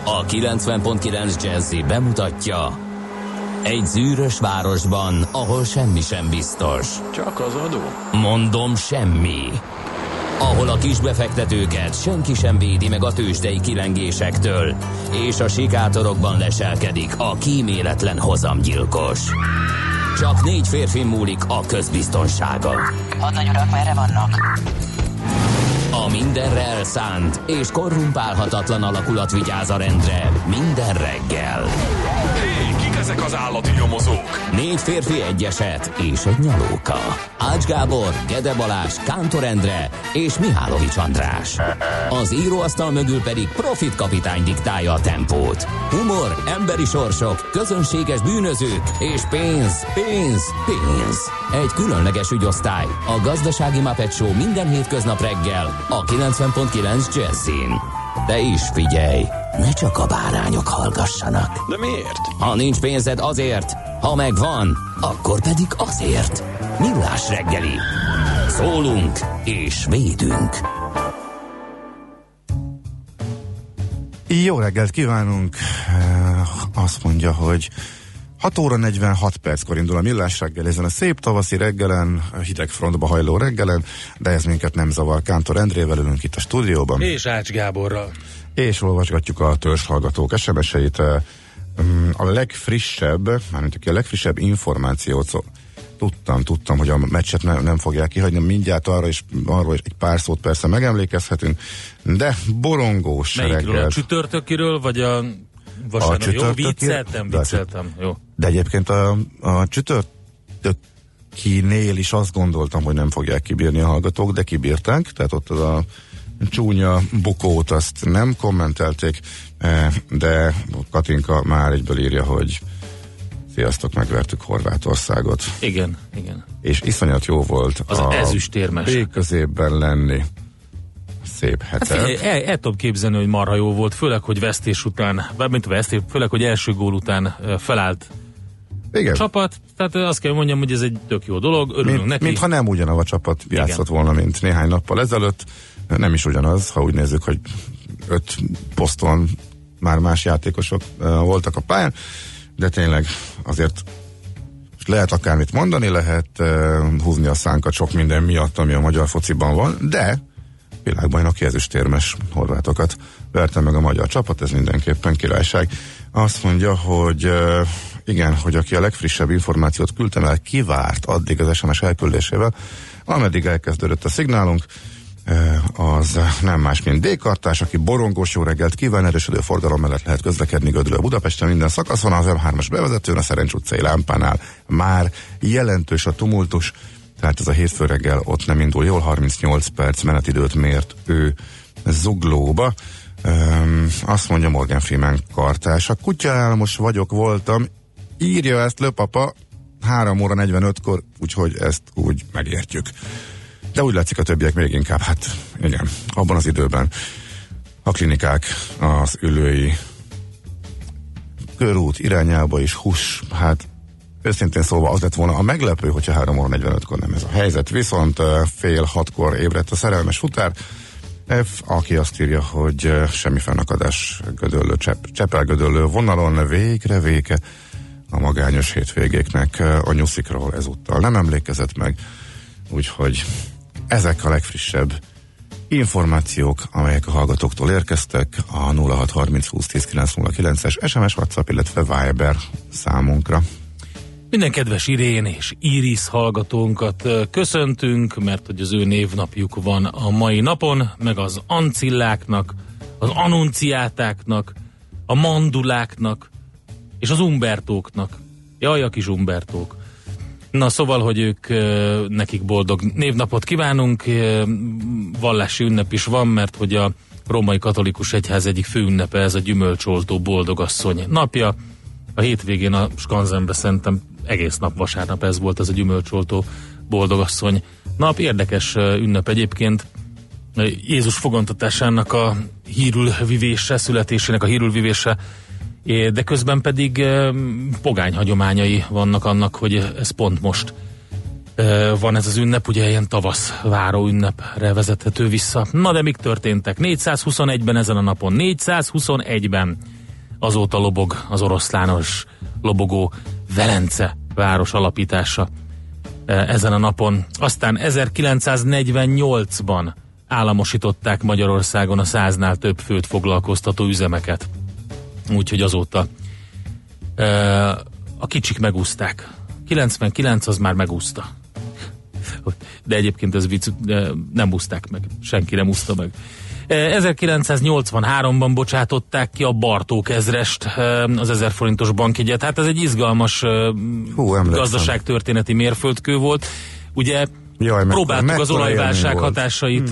A 90.9 Jazzy bemutatja: egy zűrös városban, ahol semmi sem biztos. Csak az adó? Mondom, semmi. Ahol a kisbefektetőket senki sem védi meg a tőzsdei kilengésektől, és a sikátorokban leselkedik a kíméletlen hozamgyilkos. Csak 4 férfi múlik a közbiztonsága. Hadnagy urak, merre vannak? A mindenre elszánt és korrumpálhatatlan alakulat vigyáz a rendre minden reggel. Hé, kik ezek az állati nyomozók? 4 férfi, egy eset és egy nyalóka. Ács Gábor, Gede Balázs, Kántor Endre és Mihálovics András. Az íróasztal mögül pedig Profit kapitány diktálja a tempót. Humor, emberi sorsok, közönséges bűnözők és pénz, pénz, pénz. Egy különleges ügyosztály, a Gazdasági Muppet Show minden hétköznap reggel a 90.9 Jazzyn. De is figyelj, ne csak a bárányok hallgassanak. De miért? Ha nincs pénzed, azért, ha megvan, akkor pedig azért. Millás reggeli. Szólunk és védünk. Jó reggelt kívánunk! Azt mondja, hogy 6 óra 46 perckor indul a Millás reggel ezen a szép tavaszi reggelen, hideg frontba hajló reggelen, de ez minket nem zavar. Kántor Endrével ülünk itt a stúdióban. És Ács Gáborral. És olvasgatjuk a törzshallgatók SMS-eit. A legfrissebb, mármint aki a legfrissebb információt tudtam, hogy a meccset nem fogják kihagyni, mindjárt arról is egy pár szót persze megemlékezhetünk, de borongós melyikről, reggel. a csütörtökiről, vagy a vasárnap? Jó, vicceltem. Jó. De egyébként a csütörtökinél is azt gondoltam, hogy nem fogják kibírni a hallgatók, de kibírták, tehát ott az a csúnya bukót azt nem kommentelték, de Katinka már egyből írja, hogy sziasztok, megvertük Horvátországot. Igen. És iszonyat jó volt az ezüstérmes B-középben lenni. Szép hetet. Hát el tudom képzelni, hogy marha jó volt, főleg, hogy vesztés után, főleg, hogy első gól után felállt igen. A csapat, tehát azt kell mondjam, hogy ez egy tök jó dolog, örülünk neki. Mintha nem ugyanaz a csapat játszott volna, mint néhány nappal ezelőtt. Nem is ugyanaz, ha úgy nézzük, hogy 5 poszton már más játékosok voltak a pályán, de tényleg azért lehet akármit mondani, lehet húzni a szánkat sok minden miatt, ami a magyar fociban van, de világbajnoki ezüstérmes horvátokat verte meg a magyar csapat, ez mindenképpen királyság. Azt mondja, hogy igen, hogy aki a legfrissebb információt küldtem el, kivárt addig az SMS elküldésével, ameddig elkezdődött a szignálunk, az nem más, mint D-kartás, aki borongós jó reggelt kíván, erősödő forgalom mellett lehet közlekedni Gödről Budapesten minden szakaszon, az M3-as bevezetőn, a Szerencs utcai lámpánál már jelentős a tumultus, tehát ez a hétfő reggel ott nem indul jól, 38 perc menetidőt mért ő Zuglóba. Azt mondja Morgan Freeman kartás, a kutyaálmos voltam, írja ezt Lőpapa 3 óra 45-kor, úgyhogy ezt úgy megértjük. De úgy látszik, a többiek még inkább, hát igen, abban az időben a klinikák az Üllői körút irányába is hát őszintén szólva az lett volna a meglepő, hogyha 3 óra 45-kor nem ez a helyzet, viszont fél 6-kor ébredt a szerelmes futár F, aki azt írja, hogy semmi fennakadás Gödöllő, Csepel-Gödöllő vonalon, végre vége a magányos hétvégéknek, a nyuszikról ezúttal nem emlékezett meg, úgyhogy ezek a legfrissebb információk, amelyek a hallgatóktól érkeztek a 0630 20 10 909-es SMS, WhatsApp, illetve Viber számunkra. Minden kedves Irén és Iris hallgatónkat köszöntünk, mert hogy az ő névnapjuk van a mai napon, meg az Ancilláknak, az Annunciátáknak, a Manduláknak és az Umbertóknak. Jaj, a kis Umbertók. Na szóval, hogy ők nekik boldog névnapot kívánunk, vallási ünnep is van, mert hogy a római katolikus egyház egyik fő ünnepe ez a gyümölcsoltó boldogasszony napja. A hétvégén a Skanzenbe szerintem egész nap vasárnap ez volt, ez a gyümölcsoltó boldogasszony nap. Érdekes ünnep egyébként. Jézus fogantatásának a hírülvivése, születésének a hírülvivése, de közben pedig pogány hagyományai vannak annak, hogy ez pont most van ez az ünnep, ugye ilyen tavaszváró ünnepre vezethető vissza. Na de mik történtek? 421-ben ezen a napon, 421-ben azóta lobog az oroszlános lobogó Velence város alapítása ezen a napon. Aztán 1948-ban államosították Magyarországon a 100-nál több főt foglalkoztató üzemeket. Úgyhogy azóta a kicsik megúszták. 99 az már megúszta. De egyébként ez vicc, nem úszták meg. Senki nem úszta meg. 1983-ban bocsátották ki a Bartók ezrest, az 1000 forintos bankjegyet. Hát ez egy izgalmas gazdaságtörténeti mérföldkő volt. Ugye próbáltuk az olajválság hatásait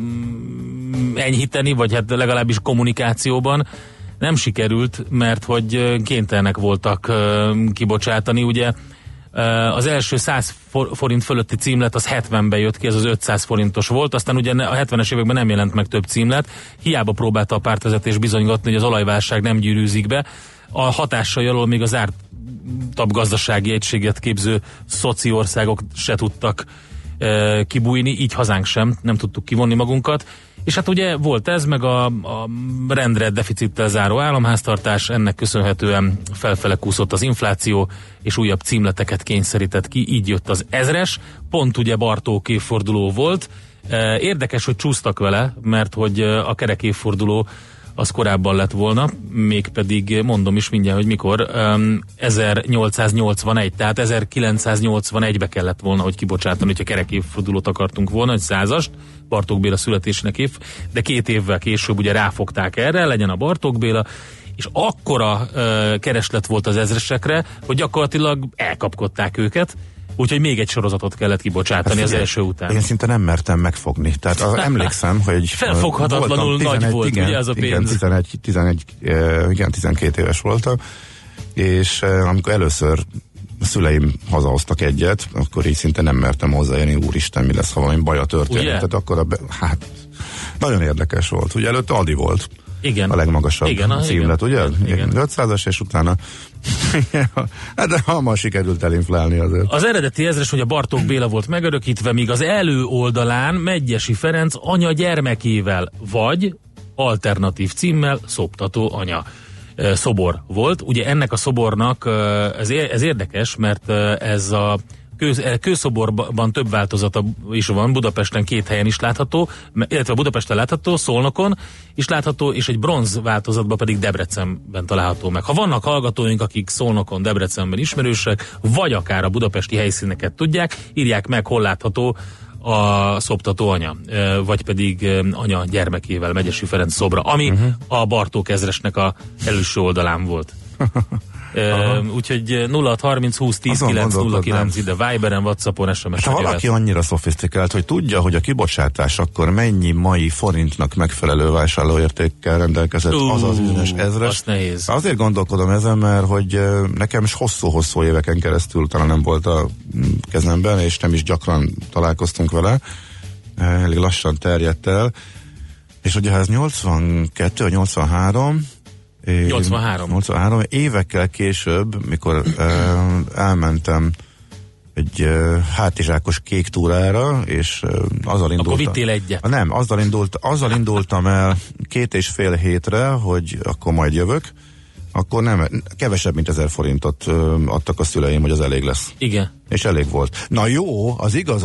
enyhíteni, vagy hát legalábbis kommunikációban. Nem sikerült, mert hogy kénytelenek voltak kibocsátani. Ugye az első 100 forint fölötti címlet az 70-ben jött ki, ez az 500 forintos volt, aztán ugye a 70-es években nem jelent meg több címlet, hiába próbálta a pártvezetés bizonygatni, hogy az olajválság nem gyűrűzik be. A hatásai alól még az ártabb gazdasági egységet képző szociországok se tudtak kibújni, így hazánk sem, nem tudtuk kivonni magunkat. És hát ugye volt ez, meg a rendre deficittel záró államháztartás, ennek köszönhetően felfele kúszott az infláció, és újabb címleteket kényszerített ki, így jött az 1000-es, pont ugye Bartók évforduló volt. Érdekes, hogy csúsztak vele, mert hogy a kerek évforduló az korábban lett volna, mégpedig mondom is mindjárt, hogy mikor, 1881, tehát 1981-be kellett volna, hogy kibocsátani, hogyha kerek évfordulót akartunk volna, egy 100-ast, Bartók Béla születésének év, de 2 évvel később ugye ráfogták erre, legyen a Bartók Béla, és akkora kereslet volt az 1000-esekre, hogy gyakorlatilag elkapkodták őket, úgyhogy még egy sorozatot kellett kibocsátani az első után. Én szinte nem mertem megfogni. Tehát emlékszem, hogy felfoghatatlanul nagy volt, igen, ugye az a pénz. Igen, 12 éves voltam, és amikor először a szüleim hazahoztak egyet, akkor így szinte nem mertem hozzájönni, úristen, mi lesz, ha valami baja történik. Tehát akkor nagyon érdekes volt. Ugye előtte Adi volt. Igen. A legmagasabb címlet, ugye? Igen. 500-as, és utána hát de hamar sikerült elinflálni azért. Az eredeti 1000-es, hogy a Bartók Béla volt megörökítve, míg az elő oldalán Medgyessy Ferenc anya gyermekével, vagy alternatív címmel Szoptató anya szobor volt. Ugye ennek a szobornak, ez érdekes, mert ez a kőszoborban több változata is van, Budapesten 2 helyen is látható, illetve Budapesten látható, Szolnokon is látható, és egy bronz változatban pedig Debrecenben található meg. Ha vannak hallgatóink, akik Szolnokon, Debrecenben ismerősek, vagy akár a budapesti helyszíneket tudják, írják meg, hol látható a Szoptató anya, vagy pedig anya gyermekével Medgyessy Ferenc szobra, ami a Bartók ezresnek a előső oldalán volt. Úgyhogy 0630 20 10 909 ide Viberen, WhatsAppon, SMS-en. Ha valaki annyira szofisztikált, hogy tudja, hogy a kibocsátás akkor mennyi mai forintnak megfelelő vásárlóértékkel rendelkezett az az bizonyos 1000-es. Azért gondolkodom ezen, mert hogy nekem is hosszú-hosszú éveken keresztül talán nem volt a kezemben, és nem is gyakran találkoztunk vele. Elég lassan terjedt el. És ugye ez 82 vagy 83 évekkel később, mikor elmentem egy hátizsákos kék túrára, és azzal indultam. Akkor vittél egyet? Nem, azzal indultam el 2,5 hétre, hogy akkor majd jövök. Akkor nem, kevesebb, mint 1000 forintot adtak a szüleim, hogy az elég lesz. Igen. És elég volt. Na jó, az igaz,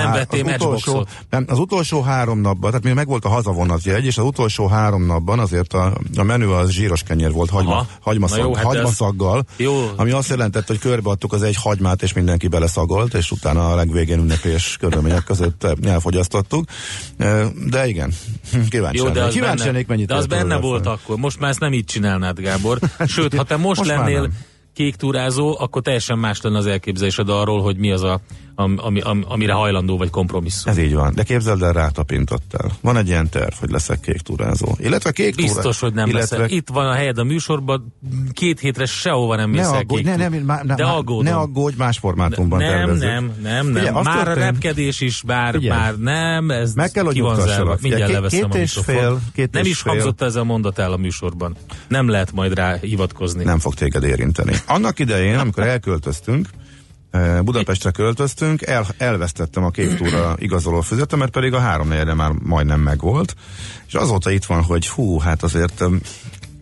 az utolsó 3 napban, tehát még megvolt a hazavonatjegy, és az utolsó 3 napban azért a menü az zsíros kenyér volt hagymaszaggal, ami azt jelentett, hogy körbeadtuk az egy hagymát, és mindenki beleszagolt, és utána a legvégén ünnepés körülmények között elfogyasztottuk. De igen, kíváncsi lennék, mennyit. De az benne volt akkor, most már ezt nem így csinálnád, Gábor. Sőt, ha te most lennél kék túrázó, akkor teljesen más lenne az elképzelésed arról, hogy mi az, amire hajlandó vagy kompromisszum. Ez így van, de képzeld el, rátapintottál. Van egy ilyen terv, hogy leszek kék túrázó. Illetve kék túrázó. Biztos, hogy nem leszel. Itt van a helyed a műsorban, 2 hétre sehova nem mész el kék túrázó. Ne aggódj, más formátumban tervezzük. Nem. Már a repkedés is, bár nem, ez meg kell, hogy ki van zárva. Mindjárt leveszem a mikrofon. Nem is hangzott ez a mondat el a műsorban. Nem lehet majd rá hivatkozni. Nem fog téged érinteni. Annak idején, amikor elköltöztünk, Budapestre költöztünk, elvesztettem a kék túra igazoló füzetemet, pedig a 3/4 már majdnem megvolt, és azóta itt van, hogy hát azért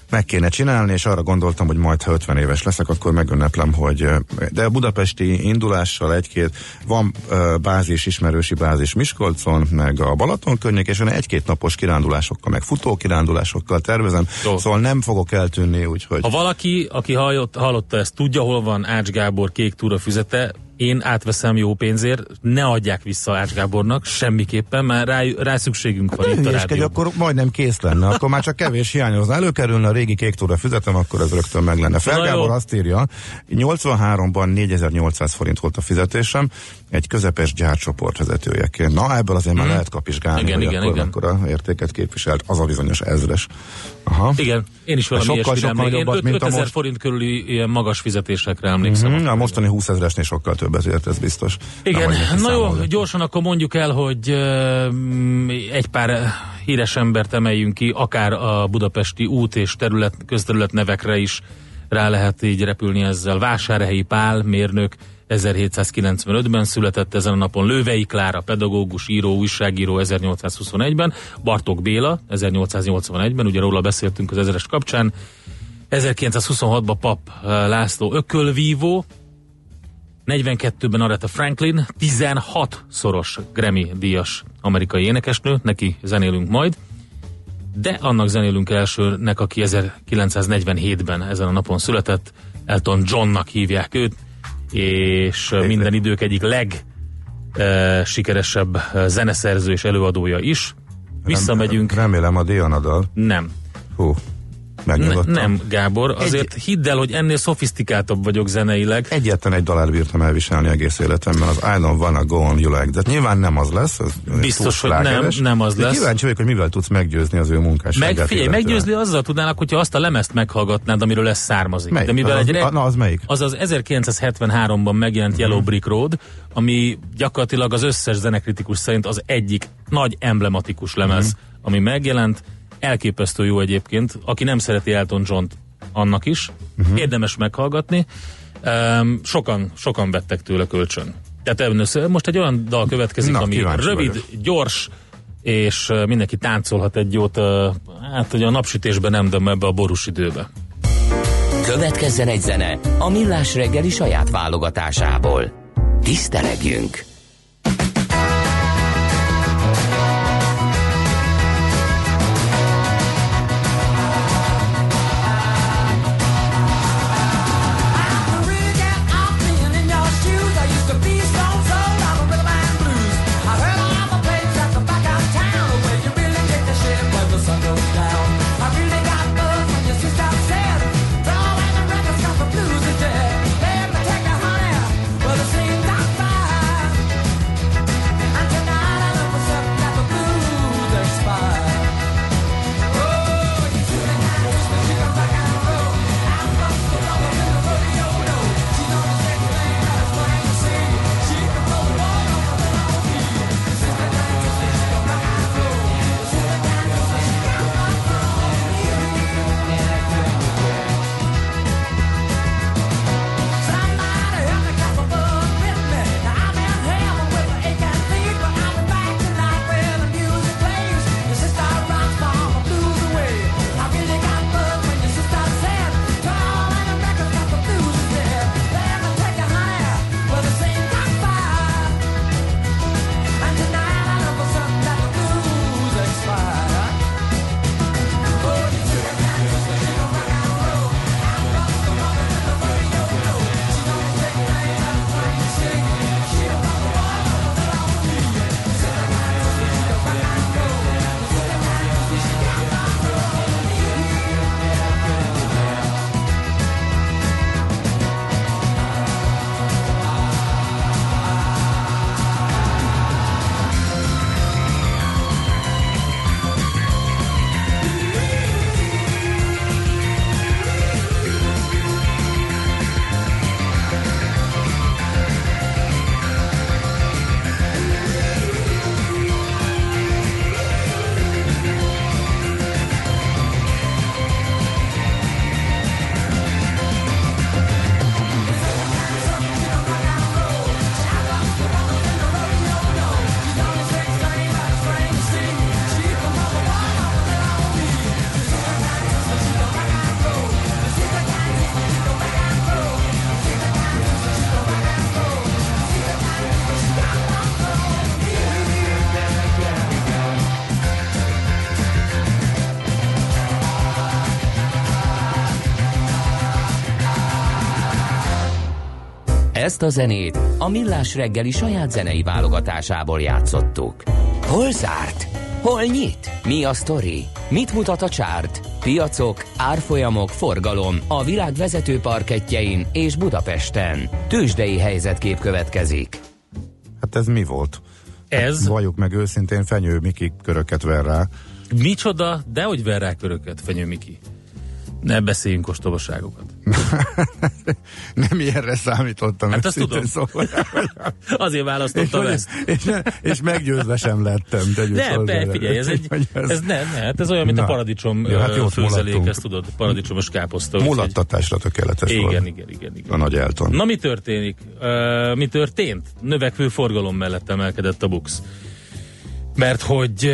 meg kéne csinálni, és arra gondoltam, hogy majd ha 50 éves leszek, akkor megünneplem, hogy de a budapesti indulással van bázis, ismerősi bázis Miskolcon, meg a Balaton környék, és egy-két napos kirándulásokkal, meg futókirándulásokkal tervezem, szóval nem fogok eltűnni, úgyhogy... Ha valaki, aki hallotta ezt, tudja, hol van Ács Gábor kék túra füzete, én átveszem jó pénzért, ne adják vissza Ács Gábornak, semmiképpen, mert rá szükségünk van itt a rádióban. Akkor majdnem kész lenne, akkor már csak kevés hiányozna. Előkerülne a régi kék túra füzetem, akkor ez rögtön meg lenne. Gábor azt írja, 83-ban 4800 forint volt a fizetésem, egy közepes gyárcsoportvezetőjeként. Na, ebből azért már lehet kapizsgálni, hogy akkor mekkora értéket képviselt az a bizonyos ezres. Aha. Igen, én is valami ilyesmire emlékszem. Én 5000 forint körüli ilyen magas fizetésekre emlékszem. A mostani 20 000-esnél sokkal többet ért, ez biztos. Igen, na jó, gyorsan akkor mondjuk el, hogy egy pár híres embert emeljünk ki, akár a budapesti út és közterület nevekre is rá lehet így repülni ezzel. Vásárhelyi Pál, mérnök, 1795-ben született, ezen a napon Lővei Klára, pedagógus, író, újságíró 1821-ben, Bartók Béla 1881-ben, ugye róla beszéltünk az ezres kapcsán, 1926-ban Pap László ökölvívó, 42-ben Aretha Franklin, 16-szoros Grammy díjas amerikai énekesnő, neki zenélünk majd, de annak zenélünk elsőnek, aki 1947-ben ezen a napon született, Elton Johnnak hívják őt, és minden idők egyik legsikeresebb zeneszerző és előadója is. Visszamegyünk. Remélem a Diana-dal. Nem. Hú, megnyugodtam. Nem, Gábor, azért hidd el, hogy ennél szofisztikáltabb vagyok zeneileg. Egyetlen egy dalárt bírtam elviselni egész életemben, az I Don't Wanna Go On You Like That. Nyilván nem az lesz. Biztos, hogy nem az lesz. Kíváncsi vagyok, hogy mivel tudsz meggyőzni az ő munkásságát. Figyelj, meggyőzni azzal tudnának, hogyha azt a lemezt meghallgatnád, amiről ez származik. Melyik? De mivel az melyik? Az 1973-ban megjelent Yellow Brick Road, ami gyakorlatilag az összes zenekritikus szerint az egyik nagy emblematikus lemez, ami megjelent. Elképesztő jó egyébként. Aki nem szereti Elton John-t, annak is. Érdemes meghallgatni. Sokan vettek tőle kölcsön. Tehát most egy olyan dal következik, ami rövid, gyors, és mindenki táncolhat egy jót, hát ugye a napsütésben nem, de ebbe a borús időbe. Következzen egy zene a Millás reggeli saját válogatásából. Tisztelegjünk! Well, the same time fire. Ezt a zenét a Millás reggeli saját zenei válogatásából játszottuk. Hol zárt? Hol nyit? Mi a sztori? Mit mutat a csárt? Piacok, árfolyamok, forgalom a világ vezető parkettjein és Budapesten. Tőzsdei helyzetkép következik. Hát ez mi volt? Ez? Valljuk meg őszintén, Fenyő Miki köröket ver rá. Micsoda? Dehogy ver rá köröket, Fenyő Miki. Ne beszéljünk ostobaságokat. Nem ilyenre számítottam. Hát azt tudom. Szóval, azért választottam ezt. És meggyőzve sem lettem. Nem, figyelj, ez olyan, mint a paradicsom főzelék, ezt tudod, paradicsomos káposzta. Mulattatásra tökéletes volt. Igen. A nagy Elton. Na mi történik? Mi történt? Növekvő forgalom mellett emelkedett a BUX. Mert hogy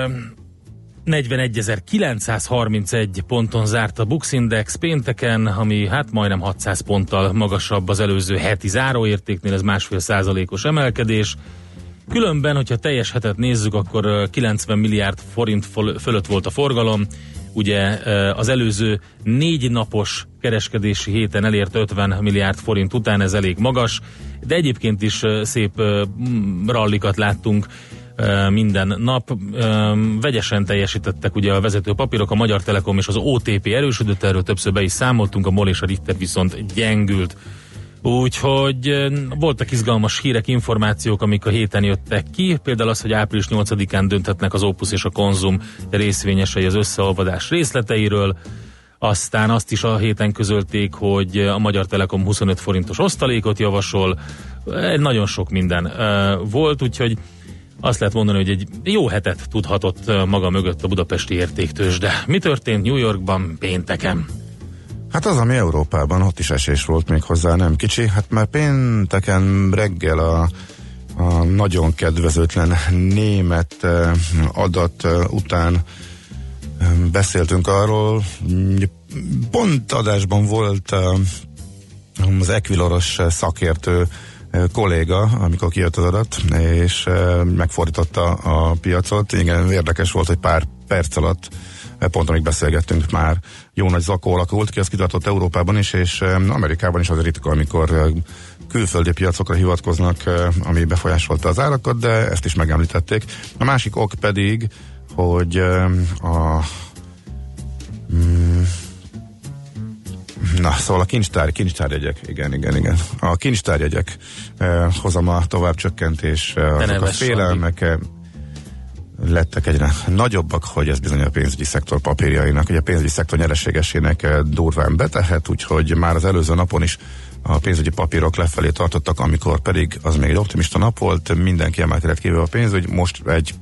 41.931 ponton zárt a BUX Index pénteken, ami hát majdnem 600 ponttal magasabb az előző heti záróértéknél, ez 1,5%-os emelkedés. Különben, hogyha teljes hetet nézzük, akkor 90 milliárd forint fölött volt a forgalom. Ugye az előző 4 napos kereskedési héten elért 50 milliárd forint után, ez elég magas, de egyébként is szép rallikat láttunk minden nap. Vegyesen teljesítettek ugye a vezető papírok, a Magyar Telekom és az OTP erősödött, erről többször be is számoltunk, a MOL és a Richter viszont gyengült. Úgyhogy voltak izgalmas hírek, információk, amik a héten jöttek ki, például az, hogy április 8-án dönthetnek az Opus és a Konzum részvényesei az összeolvadás részleteiről, aztán azt is a héten közölték, hogy a Magyar Telekom 25 forintos osztalékot javasol, nagyon sok minden volt, úgyhogy azt lehet mondani, hogy egy jó hetet tudhatott maga mögött a budapesti értéktőzsde. Mi történt New Yorkban pénteken? Hát az, ami Európában, ott is esés volt még hozzá, nem kicsi. Hát már pénteken reggel a nagyon kedvezőtlen német adat után beszéltünk arról. Pont adásban volt az Equiloros szakértő kolléga, amikor kijött az adat, és megfordította a piacot. Igen, érdekes volt, hogy pár perc alatt, pont amíg beszélgettünk, már jó nagy zakó alakult ki, az kitartott Európában is, és Amerikában is az ritka, amikor külföldi piacokra hivatkoznak, ami befolyásolta az árakat, de ezt is megemlítették. A másik ok pedig, hogy szóval a kincstárjegyek, igen. A kincstárjegyek hozama tovább csökkent, és azok a félelmek lettek egyre nagyobbak, hogy ez bizony a pénzügyi szektor papírjainak, ugye a pénzügyi szektor nyereségesének durván betehet, úgyhogy már az előző napon is a pénzügyi papírok lefelé tartottak, amikor pedig az még egy optimista nap volt, mindenki emelkedett kívül a pénzügy, most egy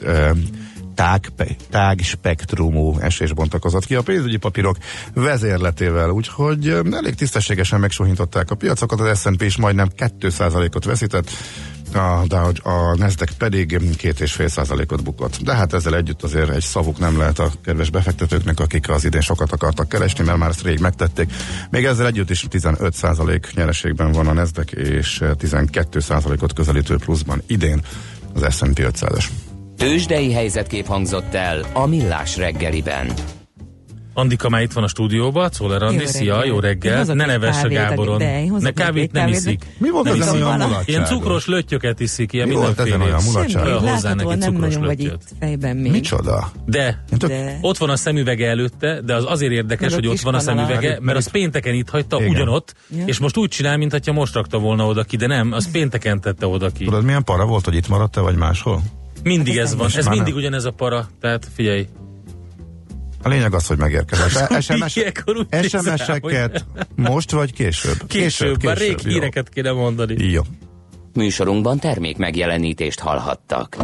tág spektrumú esés bontakozott ki a pénzügyi papírok vezérletével, úgyhogy elég tisztességesen megsuhintották a piacokat, az S&P is majdnem 2%-ot veszített, a Nasdaq pedig 2,5%-ot bukott. De hát ezzel együtt azért egy szavuk nem lehet a kedves befektetőknek, akik az idén sokat akartak keresni, mert már ezt rég megtették. Még ezzel együtt is 15% nyereségben van a Nasdaq, és 12%-ot közelítő pluszban idén az S&P 500-es. Tőzsdei helyzetkép hangzott el a Millás reggeliben. Andika már itt van a stúdióban, Czoller Andi, szia, jó reggel. Ne nevess a Gáboron. Ne kávét nem iszik. Mi volt ezen olyan mulatság? Ilyen cukros löttyöket iszik, ilyen mindenféle. Mi volt ezen olyan mulatság? Hozzá neki cukros löttyöt. Micsoda? De ott van a szemüvege előtte, de az azért érdekes, hogy ott van a szemüvege, mert az pénteken itt hagyta ugyanott, és most úgy csinál, mintha most rakta volna oda ki, de nem, az pénteken tette oda ki. Tudod, milyen para volt, hogy itt maradt-e, vagy máshol? Mindig ez van, ez mindig ugyanez a para, tehát figyelj. A lényeg az, hogy megérkezett. SMS-eket most vagy később? Később, már rég híreket kéne mondani. Jó. Műsorunkban termék megjelenítést hallhattak.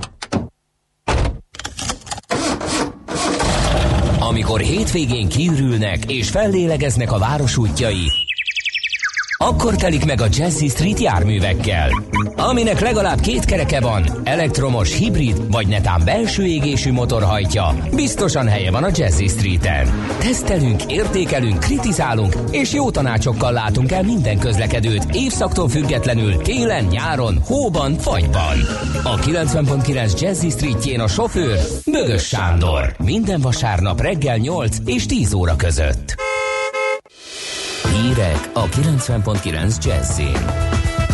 Amikor hétvégén kiürülnek és fellélegeznek a város útjai, akkor telik meg a Jazzy Street járművekkel. Aminek legalább 2 kereke van, elektromos, hibrid vagy netán belső égésű motor hajtja, biztosan helye van a Jazzy Streeten. Tesztelünk, értékelünk, kritizálunk és jó tanácsokkal látunk el minden közlekedőt évszaktól függetlenül, télen, nyáron, hóban, fagyban. A 90.9 Jazzy Streetjén a sofőr Bögös Sándor. Minden vasárnap reggel 8 és 10 óra között. Hírek a 90.9 Jazzin.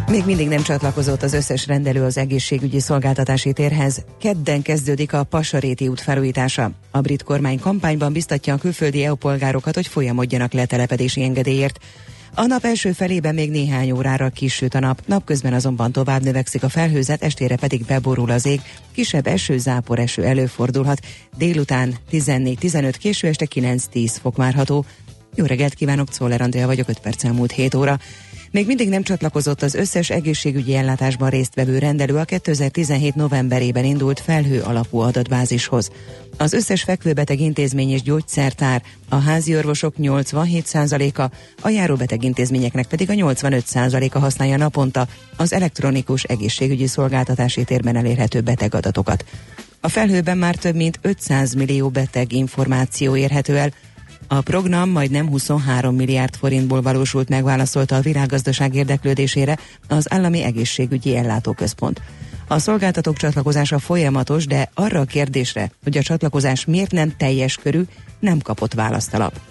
Még mindig nem csatlakozott az összes rendelő az egészségügyi szolgáltatási térhez. Kedden kezdődik a Passaréti út felújítása. A brit kormány kampányban biztatja a külföldi EU polgárokat, hogy folyamodjanak letelepedési engedélyért. A nap első felében még néhány órára kisüt a nap, napközben azonban tovább növekszik a felhőzet, estére pedig beborul az ég. Kisebb eső, záporeső előfordulhat. Délután 14-15, késő este 9-10 fok várható. Jó reggelt kívánok, Czoller Andrea vagyok, 5 perccel múlt 7 óra. Még mindig nem csatlakozott az összes egészségügyi ellátásban résztvevő rendelő a 2017 novemberében indult felhő alapú adatbázishoz. Az összes fekvőbeteg intézmény és gyógyszertár, a házi orvosok 87%-a, a járóbeteg intézményeknek pedig a 85%-a használja naponta az elektronikus egészségügyi szolgáltatási térben elérhető betegadatokat. A felhőben már több mint 500 millió beteg információ érhető el. A program majdnem 23 milliárd forintból valósult meg, válaszolta a világgazdaság érdeklődésére az Állami Egészségügyi Ellátóközpont. A szolgáltatók csatlakozása folyamatos, de arra a kérdésre, hogy a csatlakozás miért nem teljes körű, nem kapott választ a lap.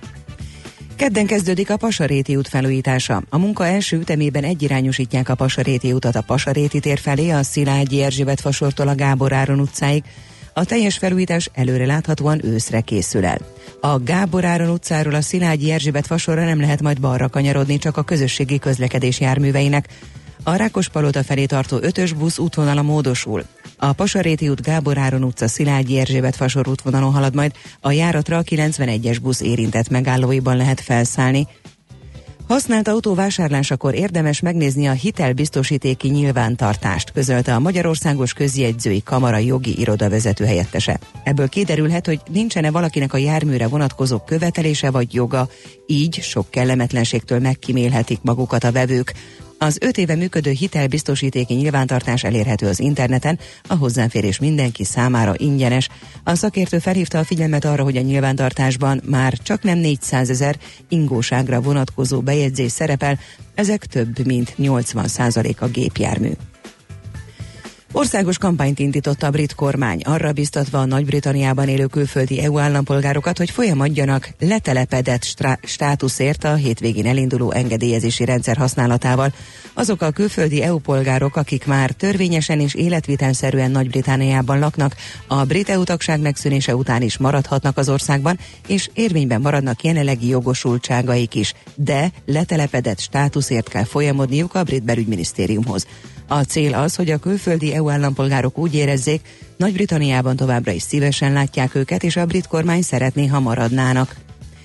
Kedden kezdődik a Passaréti út felújítása. A munka első ütemében egyirányosítják a Passaréti utat a Passaréti tér felé, a Szilágyi Erzsébet fasortól a Gábor Áron utcáig. A teljes felújítás előre láthatóan őszre készül el. A Gábor Áron utcáról a Szilágyi Erzsébet fasorra nem lehet majd balra kanyarodni, csak a közösségi közlekedés járműveinek. A Rákospalota felé tartó 5-ös busz útvonala módosul. A Passaréti út, Gábor Áron utca, Szilágyi Erzsébet fasor útvonalon halad majd, a járatra a 91-es busz érintett megállóiban lehet felszállni. Használt autó vásárlásakor érdemes megnézni a hitelbiztosítéki nyilvántartást, közölte a Magyarországos Közjegyzői Kamara jogi iroda vezető helyettese. Ebből kiderülhet, hogy nincsen-e valakinek a járműre vonatkozó követelése vagy joga, így sok kellemetlenségtől megkímélhetik magukat a vevők. Az 5 éve működő hitelbiztosítéki nyilvántartás elérhető az interneten, a hozzáférés mindenki számára ingyenes. A szakértő felhívta a figyelmet arra, hogy a nyilvántartásban már csak nem 400 000 ingóságra vonatkozó bejegyzés szerepel, ezek több mint 80% a gépjármű. Országos kampányt indított a brit kormány, arra biztatva a Nagy-Britanniában élő külföldi EU állampolgárokat, hogy folyamodjanak letelepedett státuszért a hétvégén elinduló engedélyezési rendszer használatával. Azok a külföldi EU polgárok, akik már törvényesen és életvitelszerűen Nagy-Britanniában laknak, a brit EU tagság megszűnése után is maradhatnak az országban, és érvényben maradnak jelenlegi jogosultságaik is, de letelepedett státuszért kell folyamodniuk a brit belügyminisztériumhoz. A cél az, hogy a külföldi EU állampolgárok úgy érezzék, Nagy-Britanniában továbbra is szívesen látják őket, és a brit kormány szeretné, ha maradnának.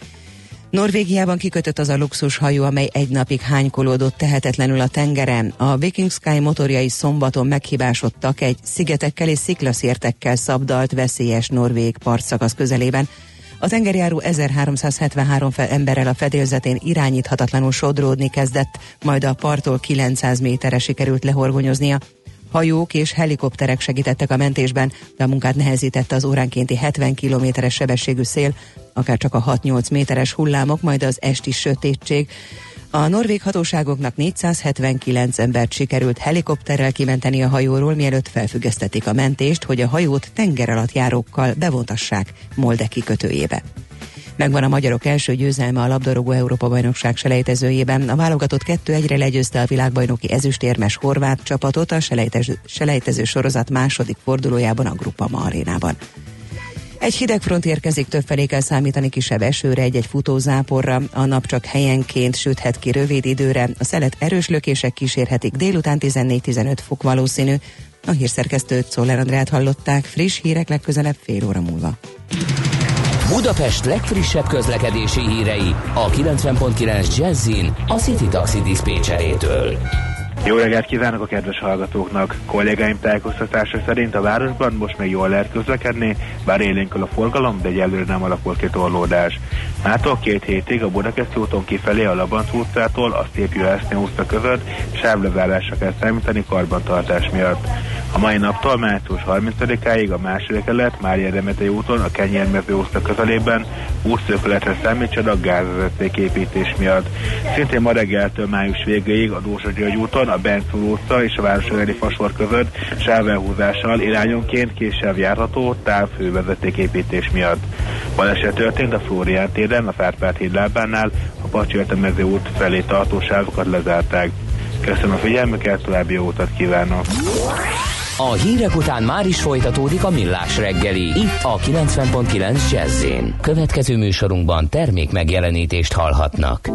Norvégiában kikötött az a luxushajó, amely egy napig hánykolódott tehetetlenül a tengeren. A Viking Sky motorjai szombaton meghibásodtak egy szigetekkel és sziklaszértekkel szabdalt veszélyes norvég partszakasz közelében. A tengerjáró 1373 emberrel a fedélzetén irányíthatatlanul sodródni kezdett, majd a parttól 900 méterre sikerült lehorgonyoznia. Hajók és helikopterek segítettek a mentésben, de a munkát nehezítette az óránkénti 70 kilométeres sebességű szél, akár csak a 6-8 méteres hullámok, majd az esti sötétség. A norvég hatóságoknak 479 embert sikerült helikopterrel kimenteni a hajóról, mielőtt felfüggesztették a mentést, hogy a hajót tengeralattjárókkal bevontassák Molde kikötőjébe. Megvan a magyarok első győzelme a labdarúgó Európa-bajnokság selejtezőjében. A válogatott 2-1-re legyőzte a világbajnoki ezüstérmes horvát csapatot a selejtező sorozat második fordulójában a Groupama arénában. Egy hidegfront érkezik, többfelé kell számítani kisebb esőre, egy futózáporra, a nap csak helyenként süthet ki rövid időre, a szelet erős lökések kísérhetik, délután 14-15 fok valószínű. A hírszerkesztőt, Czoller Andrát hallották, friss hírek legközelebb fél óra múlva. Budapest legfrissebb közlekedési hírei a 90.9 Jazzin a City Taxi diszpécserétől. Jó reggelt kívánok a kedves hallgatóknak! Kollégáim tájékoztatása szerint a városban most még jól lehet közlekedni, bár élénkül a forgalom, de egyelőre nem alakul ki torlódás. Mától 2 hétig a Budakeszi úton kifelé a Labanc utcától a Szép Juhászné utca között sávlezárásra kell számítani karbantartás miatt. A mai naptól március 30-áig a második kelet Mária Remetei úton a Kenyérmező utca közelében útszűkületre számítson a gázvezeték építés miatt. Szintén ma reggeltől május végéig a Dózsa György úton a Bencúr utca és a Városligeti fasor között sávelhúzással irányonként késsel járható távhővezeték építés miatt. Baleset történt a Flórián téren, a Fárpád híd lábánál, a Pacsi-Mező út felé tartó sávokat lezárták. Köszönöm a figyelmüket, további jó utat kívánok. A hírek után már is folytatódik a Millás reggeli, itt a 90.9 Jazz-in. Következő műsorunkban termék megjelenítést hallhatnak.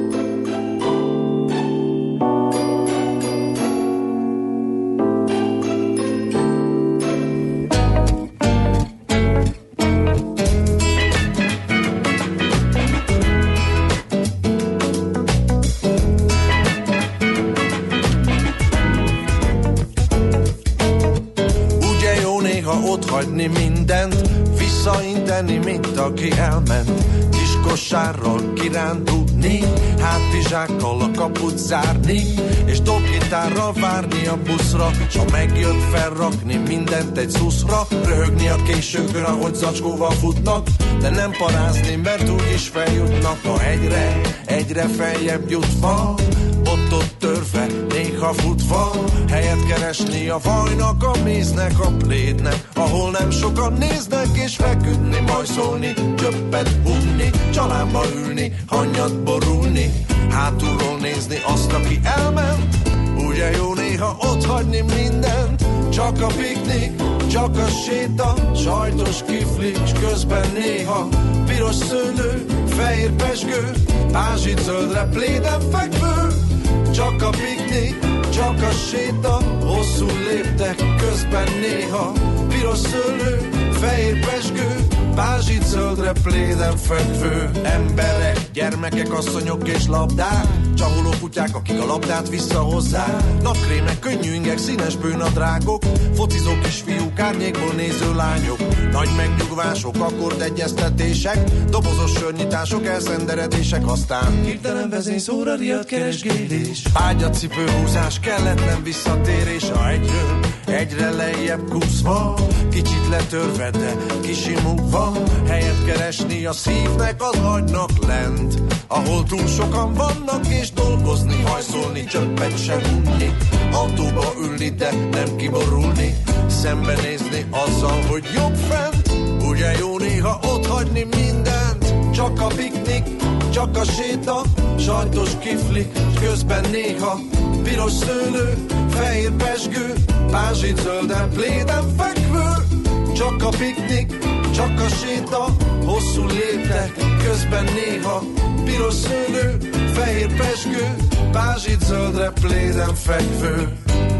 Hagyni mindent, visszainteni, mint aki elment, kis kosárral kirándulni, hátizsákkal a kaput zárni, és dobgitárral várni a buszra, s ha megjött felrakni mindent egy szuszra, röhögni a későkön, ahogy zacskóval futnak, de nem parázni, mert úgyis feljutnak a hegyre, egyre feljebb jutva, bottot törve, néha futva, helyet keresni a vajnak, a méznek, a plédnek, ahol nem sokan néznek, és feküdni, majszolni, csöppet hunni, családba ülni, hannyat borulni, hátulról nézni azt, aki elment, ugye jó néha otthagyni mindent, csak a piknik, csak a séta, sajtos kifli, s közben néha piros szőlő, fehér pezsgő, pázsit zöldre pléden fekvő, csak a piknik, csak a séta, hosszú léptek, közben néha piros szőlő, fehér pezsgő, pázsit zöldre pléden fekvő. Emberek, gyermekek, asszonyok és labdák, csaholó kutyák, akik a labdát visszahozzák, napkrémek, könnyű ingek, színes bőnadrágok, focizó kisfiúk, árnyékból néző lányok, nagy megnyugvások, akkordegyeztetések, dobozos sörnyitások, elszenderedések, aztán hirtelen vezényszóra riadt keresgélés, ágyacipő húzás, kelletlen visszatérés a hegyről, egyre lejjebb kúszva, kicsit letörve, de kisimulva, helyet keresni a szívnek, az agynak lent, ahol túl sokan vannak, és dolgozni, hajszolni, csöppet se unni, autóba ülni, de nem kiborulni, szembenézni azzal, hogy jobb fent, ugye jó néha otthagyni mindent, csak a piknik, csak a séta, sajtos kifli, közben néha piros szőlő, fehér pezsgő, pázsit zölden pléden fekvő, csak a piknik, csak a séta, hosszú léptek, közben néha piros szőlő, fehér pezsgő, pázsit zöldre pléden fekvő.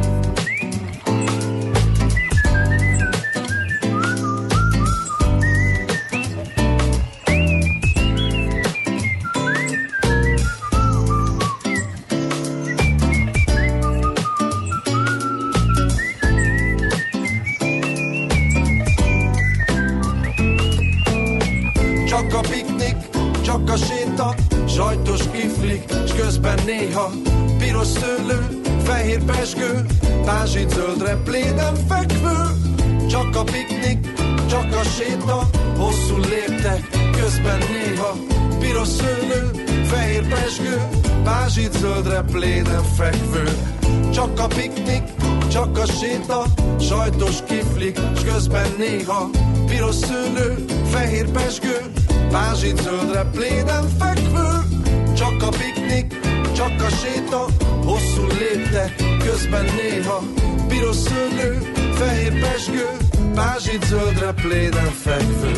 Sajtos kiflik, s közben néha piros szőlő, fehér pezsgő, pázsit zöldre pléden fekvő, csak a piknik, csak a séta, hosszú léptek, közben néha piros szőlő, fehér pezsgő, pázsit zöldre pléden fekvő, csak a piknik, csak a séta, sajtos kiflik, s közben néha piros szőlő, fehér pezsgő, pázsit zöldre pléden fekvő, csak a piknik, csak a séta, hosszú léptek, közben néha piros szőlő, fehér pezsgő, pázsit zöldre pléden fekvő.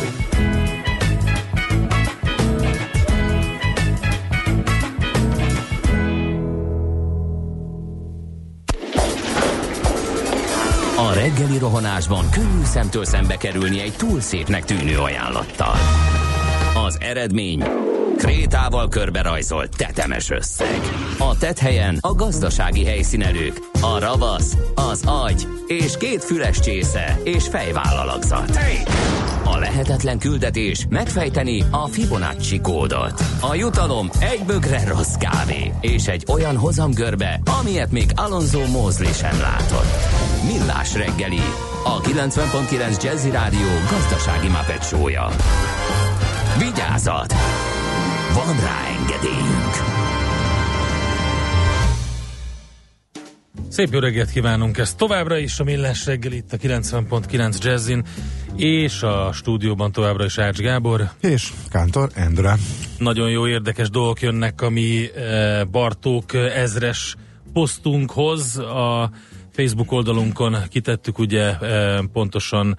A reggeli rohanásban könnyű szemtől szembe kerülni egy túl szépnek tűnő ajánlattal. Az eredmény krétával körberajzolt tetemes összeg. A tetthelyen a gazdasági helyszínelők, a ravasz, az agy és két füles csésze és fejvállalakzat. A lehetetlen küldetés megfejteni a Fibonacci kódot. A jutalom egy bögre rossz kávé és egy olyan hozamgörbe, amilyet még Alonso Mosley sem látott. Millás reggeli, a 90.9 Jazzy Rádió gazdasági Muppet show-ja. Vigyázat! Van rá engedélyünk! Szép jó reggelt kívánunk, ez továbbra is a Millás reggel itt a 90.9 Jazzin, és a stúdióban továbbra is Ács Gábor. És Kántor Endre. Nagyon jó érdekes dolgok jönnek, ami Bartók ezres posztunkhoz a Facebook oldalunkon kitettük, ugye pontosan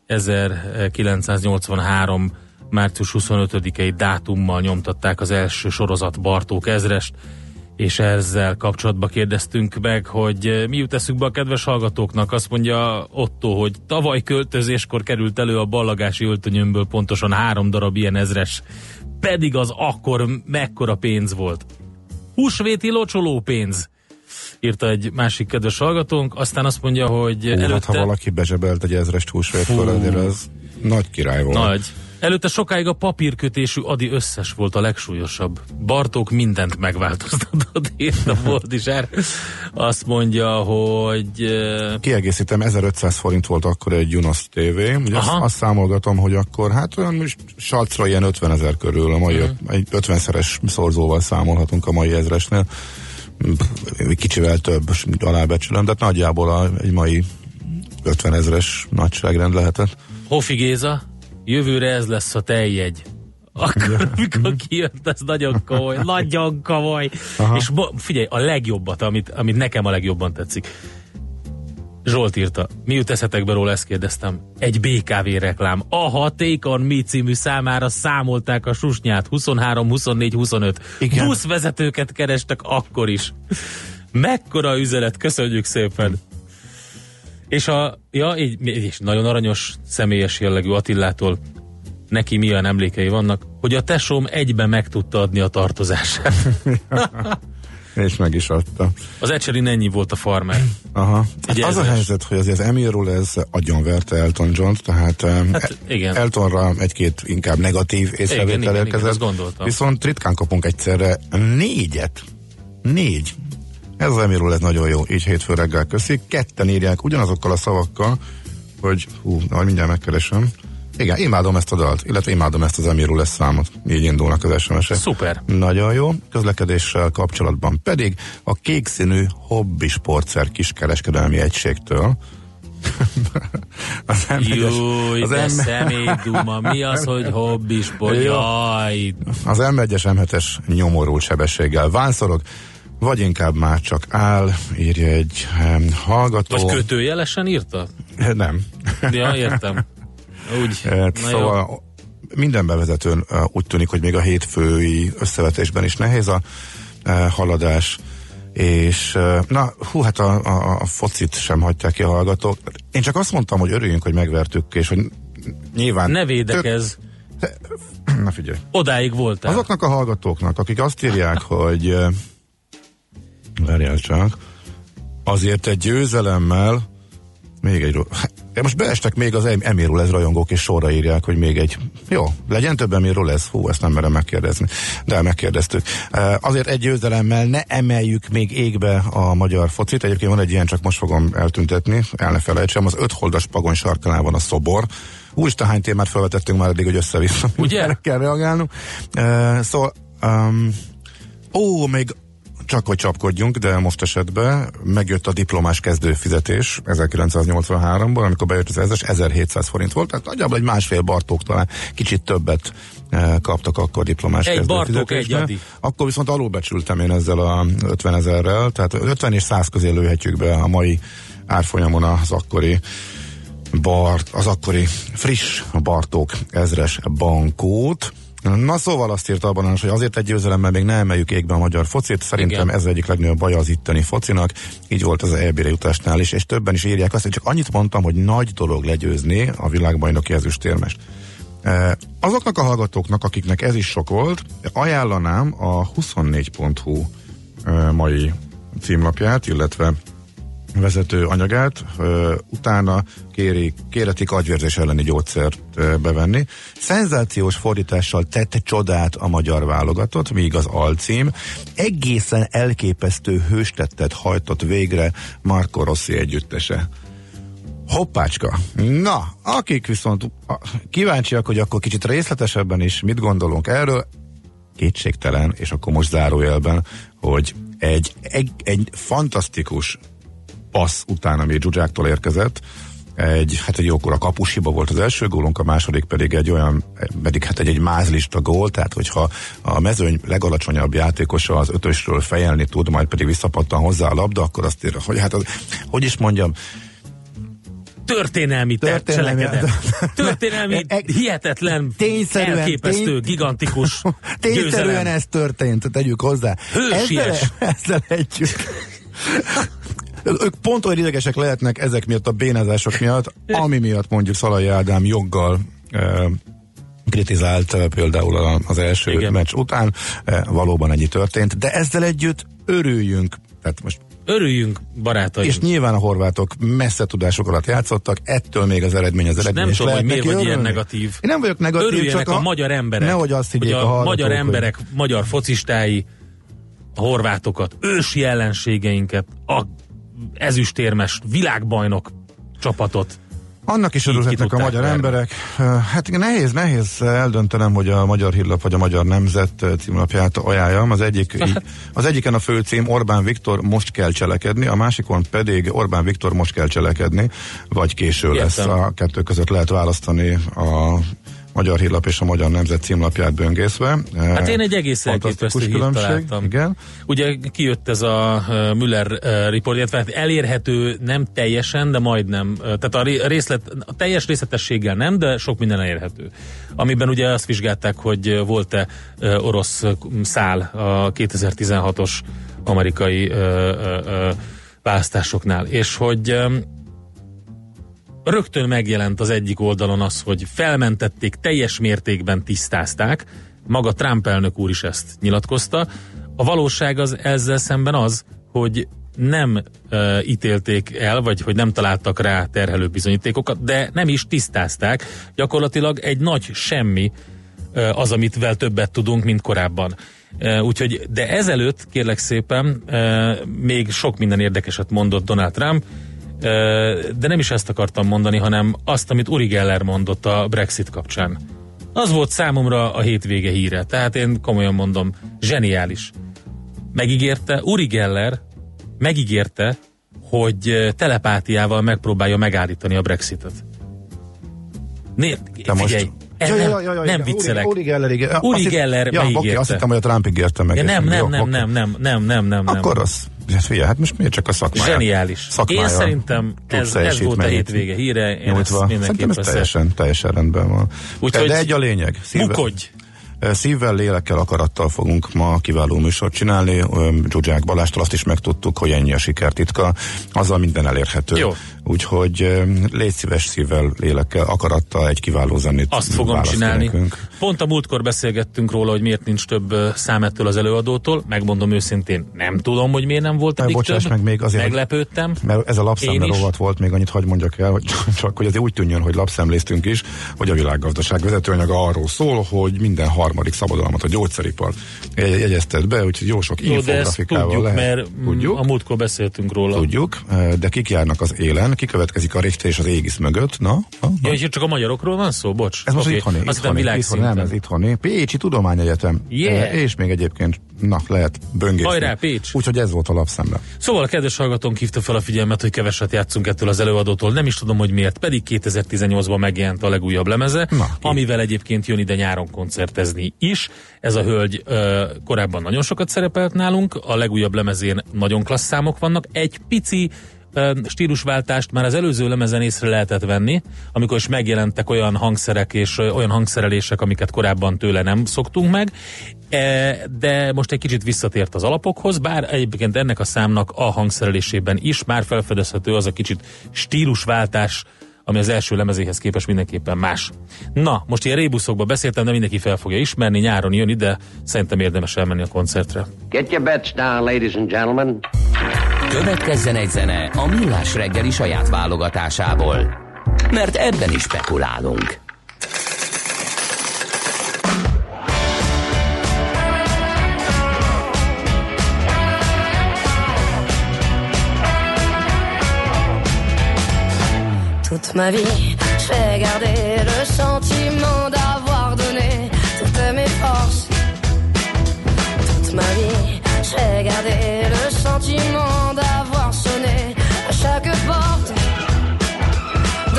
1983 március 25-i dátummal nyomtatták az első sorozat Bartók ezrest, és ezzel kapcsolatban kérdeztünk meg, hogy mi jut eszükbe a kedves hallgatóknak. Azt mondja Otto, hogy tavaly költözéskor került elő a ballagási öltönyömből pontosan 3 darab ilyen ezres, pedig az akkor mekkora pénz volt. Húsvéti locsoló pénz, írta egy másik kedves hallgatónk. Aztán azt mondja, hogy előtte... Hát, ha valaki bezsebelt egy ezrest húsvétkor, azért az nagy király volt. Nagy. Előtte sokáig a papírkötésű Adi összes volt a legsúlyosabb. Bartók mindent megváltoztatott, írta Fordisár. Azt mondja, hogy... Kiegészítem, 1500 forint volt akkor egy Junos TV. Ugye azt számolgatom, hogy akkor hát olyan salcra ilyen 50 000 körül, a mai egy 50-szeres szorzóval számolhatunk a mai ezresnél. Kicsivel több, alábecsülöm, de nagyjából egy mai 50 000-es nagyságrend lehetett. Hofi Géza, jövőre ez lesz a tejjegy. Akkor, amikor kijött, ez nagyon komoly, nagyon komoly. És figyelj, a legjobbat, amit nekem a legjobban tetszik. Zsolt írta, mi jut eszetekbe róla, ezt kérdeztem. Egy BKV reklám. Aha, Take On Me című számára számolták a susnyát. 23, 24, 25. Igen. Buszvezetőket kerestek akkor is. Mekkora üzenet, köszönjük szépen. És így nagyon aranyos, személyes jellegű Attillától, neki milyen emlékei vannak, hogy a tesóm egyben meg tudta adni a tartozását. És meg is adta. Az Ecserin ennyi volt a farmer. Aha. Hát az a helyzet, hogy azért az Emirul ez agyonverte Elton John-t, tehát igen. Eltonra egy-két inkább negatív észrevétel érkezett. Viszont ritkán kapunk egyszerre 4. Ez az Emirul, ez nagyon jó, így hétfő reggel köszi. Ketten írják ugyanazokkal a szavakkal, hogy mindjárt megkeresem. Igen, imádom ezt a dalt, illetve imádom ezt az Emirul lesz számot. Így indulnak az SMS-ek. Szuper. Nagyon jó. Közlekedéssel kapcsolatban pedig a kékszínű hobbi sportszer kiskereskedelmi egységtől. De szemétduma, mi az, hogy hobbi sport? Jaj. Az M1-es M7-es nyomorult sebességgel vánszorog, vagy inkább már csak áll, írja egy hallgató. Vagy kötőjelesen írta? Nem. Ja, értem. Úgy. Szóval minden bevezetőn úgy tűnik, hogy még a hétfői összevetésben is nehéz a haladás, és hát a focit sem hagyták ki a hallgatók. Én csak azt mondtam, hogy örüljünk, hogy megvertük, és hogy nyilván... Ne védekezz! Na figyelj! Odáig voltál. Azoknak a hallgatóknak, akik azt írják, hogy várjál csak, azért egy győzelemmel még egy... De most beestek még az Emirul ez rajongók, és sorra írják, hogy még egy... Jó, legyen több Emirul ez? Hú, ezt nem merem megkérdezni. De megkérdeztük. Azért egy győzelemmel ne emeljük még égbe a magyar focit. Egyébként van egy ilyen, csak most fogom eltüntetni, el ne felejtsem, az 5 holdas Pagony sarkánál van a szobor. Úristen, hány témát felvetettünk már eddig, hogy össze-vissza. Ugye? Kell reagálnunk. Szóval... még csak hogy csapkodjunk, de most esetben megjött a diplomás kezdőfizetés 1983-ban, amikor bejött az 1700 forint volt, tehát nagyjából egy másfél Bartók talán kicsit többet kaptak akkor diplomás kezdőfizetésben. Bartók, egy Adi. Akkor viszont alulbecsültem én ezzel a 50 000-rel, tehát 50 és 100 közé lőhetjük be a mai árfolyamon az akkori friss Bartók ezres bankót. Na szóval azt írta abban, hogy azért egy győzelemmel még ne emeljük égbe a magyar focit. Szerintem igen. Ez egyik legnagyobb baja az itteni focinak. Így volt az EB-re jutásnál is, és többen is írják azt, hogy csak annyit mondtam, hogy nagy dolog legyőzni a világbajnoki ezüstérmest. Azoknak a hallgatóknak, akiknek ez is sok volt, ajánlanám a 24.hu mai címlapját, illetve vezető anyagát, utána kéretik agyvérzés elleni gyógyszert bevenni. Szenzációs fordítással tett csodát a magyar válogatott, míg az alcím egészen elképesztő hőstettet hajtott végre Marco Rossi együttese. Hoppácska! Na, akik viszont kíváncsiak, hogy akkor kicsit részletesebben is mit gondolunk erről, kétségtelen, és akkor most zárójelben, hogy egy fantasztikus passz után, ami Zsuzsáktól érkezett, egy jókora kapushiba volt az első gólunk, a második pedig egy mázlista gól, tehát hogyha a mezőny legalacsonyabb játékosa az 5-ösről fejelni tud, majd pedig visszapattan hozzá a labda, akkor azt írja, hogy hogy is mondjam, történelmi hihetetlen, elképesztő, gigantikus tényszerűen ez történt, tegyük hozzá. Hősies. Ezzel együtt. Ők pont olyan idegesek lehetnek ezek miatt a bénázások miatt, ami miatt mondjuk Szalai Ádám joggal kritizált például az első meccs után. Valóban ennyi történt, de ezzel együtt örüljünk. Tehát most örüljünk, barátaink. És nyilván a horvátok messze tudások alatt játszottak, ettől még az eredmény nem tudom, hogy miért vagy ilyen negatív. Én nem vagyok negatív, örüljenek csak a magyar emberek, nehogy azt higgyék a magyar emberek, magyar focistái, a horvátokat, ősi ellenségeinket, a ezüstérmes világbajnok csapatot. Annak is örülhetnek a magyar emberek. Hát nehéz eldöntenem, hogy a Magyar Hírlap vagy a Magyar Nemzet címlapját ajánljam. Az egyiken a főcím Orbán Viktor most kell cselekedni, a másikon pedig Orbán Viktor most kell cselekedni, vagy késő lesz. A kettő között lehet választani a Magyar Hírlap és a Magyar Nemzet címlapját böngészve. Hát én egy egész elképesztő hírt találtam. Igen. Ugye kijött ez a Müller report, illetve elérhető nem teljesen, de majdnem. Tehát a teljes részletességgel nem, de sok minden elérhető. Amiben ugye azt vizsgálták, hogy volt-e orosz szál a 2016-os amerikai választásoknál, és hogy rögtön megjelent az egyik oldalon az, hogy felmentették, teljes mértékben tisztázták, maga Trump elnök úr is ezt nyilatkozta. A valóság az ezzel szemben az, hogy nem ítélték el, vagy hogy nem találtak rá terhelő bizonyítékokat, de nem is tisztázták. Gyakorlatilag egy nagy semmi az, amitvel többet tudunk, mint korábban. Úgyhogy, de ezelőtt, kérlek szépen, még sok minden érdekeset mondott Donald Trump, de nem is ezt akartam mondani, hanem azt, amit Uri Geller mondott a Brexit kapcsán. Az volt számomra a hétvége híre, tehát én komolyan mondom, zseniális. Uri Geller megígérte, hogy telepátiával megpróbálja megállítani a Brexitet. Figyelj, nem viccelek. Uri Geller megígérte. Azt hittem, hogy a Trump ígérte meg. Nem. Akkor az. Figyelj, hát most miért csak a szakmája? Zseniális. Én szerintem ez volt a hétvége híre. Én ezt szerintem ez teljesen rendben van. De egy a lényeg. Mukodj! Szívvel, lélekkel, akarattal fogunk ma kiváló műsort csinálni. Zsuzsák Balástól azt is megtudtuk, hogy ennyi a sikertitka. Azzal minden elérhető. Jó. Úgyhogy légy szíves szívvel, lélekkel, akarattal egy kiváló zenét. Azt fogom csinálni. Nekünk. Pont a múltkor beszélgettünk róla, hogy miért nincs több szám ettől az előadótól. Megmondom őszintén, nem tudom, hogy miért nem volt eddig több. Meg még azért, meglepődtem. Mert ez a lapszemle rovat volt, még annyit hadd mondjak el, hogy csak hogy azért úgy tűnjön, hogy lapszemléztünk is, hogy a világgazdaság vezetőanyaga arról szól, hogy minden harmadik szabadalmat a gyógyszeripar jegyeztet be, úgyhogy jó sok infografikával tudjuk, lehet. Mert tudjuk, a múltkor beszéltünk róla. Tudjuk, de kik járnak az élen, kikövetkezik a Richter és az Égisz mögött. Na? Ja, és csak a magyarokról van szó? Bocs. Ez most itthoni. Nem, ez itthoni. Pécsi Tudományegyetem. És még egyébként, lehet böngészni. Hajrá, Pécs! Úgyhogy ez volt a lapszemle. Szóval a kedves hallgatónk hívta fel a figyelmet, hogy keveset játszunk ettől az előadótól. Nem is tudom, hogy miért. Pedig 2018-ban megjelent a legújabb lemeze, amivel egyébként jön ide nyáron koncertezni is. Ez a hölgy korábban nagyon sokat szerepelt nálunk. A legújabb lemezén nagyon klassz számok vannak. Egy pici stílusváltást már az előző lemezen észre lehetett venni, amikor is megjelentek olyan hangszerek és olyan hangszerelések, amiket korábban tőle nem szoktunk meg, de most egy kicsit visszatért az alapokhoz, bár egyébként ennek a számnak a hangszerelésében is már felfedezhető az a kicsit stílusváltás, ami az első lemezéhez képest mindenképpen más. Na, most ilyen rébuszokba beszéltem, de mindenki fel fogja ismerni, nyáron jön ide, szerintem érdemes elmenni a koncertre. Get your bets down, ladies and gentlemen. Következzen egy zene a Millás reggeli saját válogatásából, mert ebben is spekulálunk. Toute ma vie, j'ai gardé le sentiment d'avoir donné toutes mes forces. Toute ma vie, j'ai gardé le sentiment d'avoir sonné à chaque porte.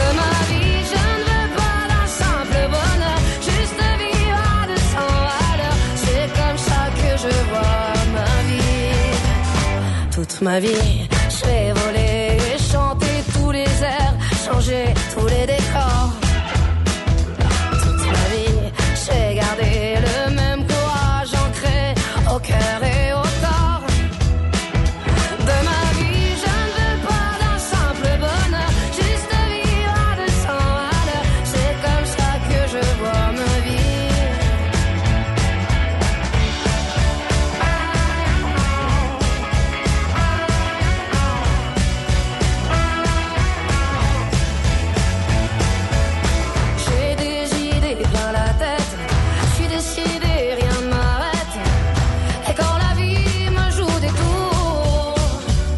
Toute ma vie, je vais voler et chanter tous les airs, changer tous les décors. Toute ma vie, j'ai gardé le même courage ancré au cœur et au corps. De ma vie, je ne veux pas d'un simple bonheur, juste vivre à 200 à l'heure. C'est comme ça que je vois ma vie. J'ai des idées plein la tête, je suis décidé, rien ne m'arrête. Et quand la vie me joue des tours,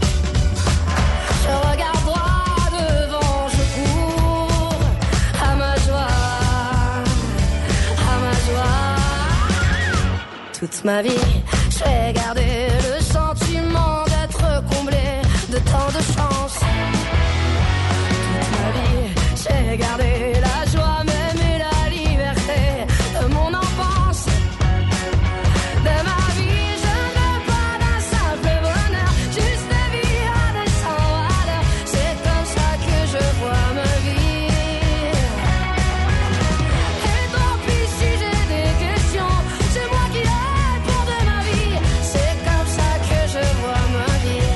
je regarde droit devant, je cours à ma joie, à ma joie. Toute ma vie, j'ai gardé le sentiment d'être comblé de tant de chance. Toute ma vie, j'ai gardé la joie même et la liberté de mon enfance. De ma vie, je ne veux pas d'un simple bonheur, juste vivre à 200 à l'heure. C'est comme ça que je vois ma vie. Et tant pis si j'ai des questions, c'est moi qui réponds de ma vie. C'est comme ça que je vois ma vie.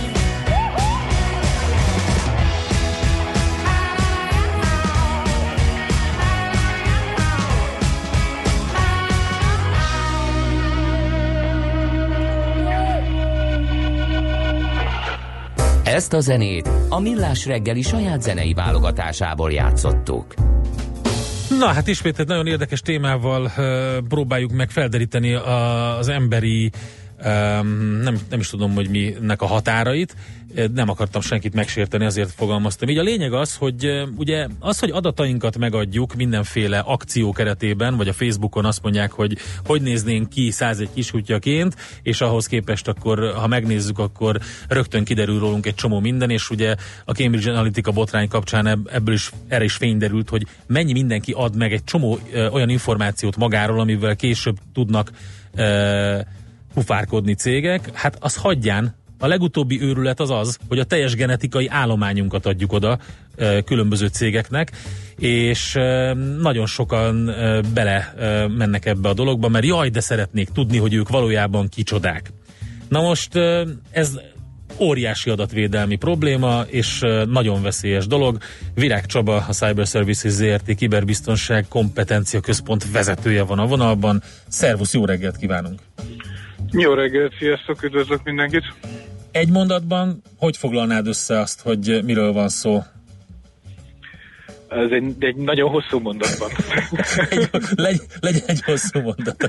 Ezt a zenét a Millás reggeli saját zenei válogatásából játszottuk. Na hát ismét egy nagyon érdekes témával próbáljuk meg felderíteni az emberi, nem is tudom, hogy minek a határait. Nem akartam senkit megsérteni, azért fogalmaztam így. A lényeg az, hogy ugye az, hogy adatainkat megadjuk mindenféle akció keretében, vagy a Facebookon azt mondják, hogy néznénk ki 101 kiskutyjaként, és ahhoz képest akkor, ha megnézzük, akkor rögtön kiderül rólunk egy csomó minden, és ugye a Cambridge Analytica botrány kapcsán erre is fény derült, hogy mennyi mindenki ad meg egy csomó olyan információt magáról, amivel később tudnak pufárkodni cégek. Hát azt hagyján. A legutóbbi őrület az, hogy a teljes genetikai állományunkat adjuk oda különböző cégeknek, és nagyon sokan bele mennek ebbe a dologba, mert jaj, de szeretnék tudni, hogy ők valójában kicsodák. Na most ez óriási adatvédelmi probléma, és nagyon veszélyes dolog. Virág Csaba, a Cyber Services ZRT kiberbiztonság kompetencia központ vezetője van a vonalban. Szervusz, jó reggelt kívánunk! Jó reggelt, sziasztok, üdvözlök mindenkit! Egy mondatban, hogy foglalnád össze azt, hogy miről van szó? Ez egy nagyon hosszú mondatban. Legyen egy hosszú mondat.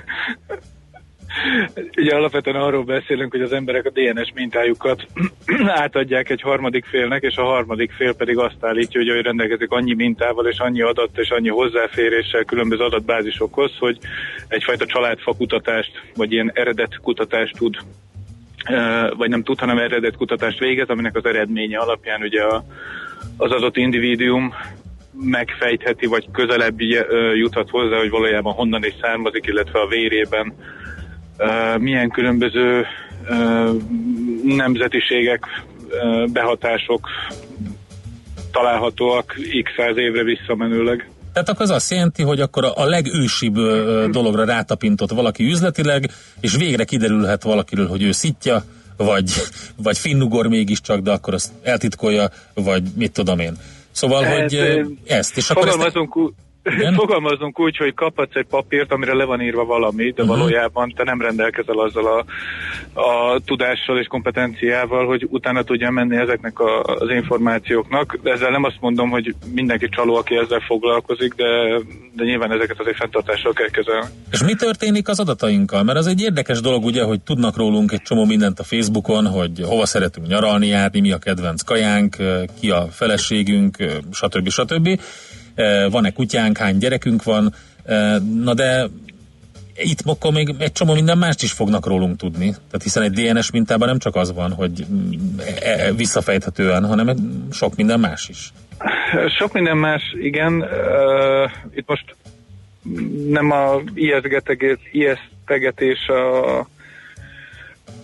Ugye alapvetően arról beszélünk, hogy az emberek a DNS mintájukat átadják egy harmadik félnek, és a harmadik fél pedig azt állítja, hogy ő rendelkezik annyi mintával, és annyi adat, és annyi hozzáféréssel különböző adatbázisokhoz, hogy egyfajta családfakutatást, vagy ilyen eredetkutatást tud, vagy nem tud, hanem eredetkutatást végez, aminek az eredménye alapján ugye az adott individuum megfejtheti, vagy közelebb juthat hozzá, hogy valójában honnan is származik, illetve a vérében milyen különböző nemzetiségek, behatások találhatóak x száz évre visszamenőleg. Tehát akkor az azt jelenti, hogy akkor a legősibb dologra rátapintott valaki üzletileg, és végre kiderülhet valakiről, hogy ő szitja, vagy finnugor mégiscsak, de akkor azt eltitkolja, vagy mit tudom én. Szóval, hogy ezt, és akkor fogalmazunk úgy, hogy kaphatsz egy papírt, amire le van írva valami, de valójában te nem rendelkezel azzal a tudással és kompetenciával, hogy utána tudja menni ezeknek az információknak. De ezzel nem azt mondom, hogy mindenki csaló, aki ezzel foglalkozik, de nyilván ezeket azért fenntartással kell kezelni. És mi történik az adatainkkal? Mert az egy érdekes dolog, ugye, hogy tudnak rólunk egy csomó mindent a Facebookon, hogy hova szeretünk nyaralni járni, mi a kedvenc kajánk, ki a feleségünk, stb. Van-e kutyánk, hány gyerekünk van, na de itt akkor még egy csomó minden mást is fognak rólunk tudni. Tehát hiszen egy DNS mintában nem csak az van, hogy visszafejthetően, hanem sok minden más is. Sok minden más, igen. Itt most nem a ijesztegetés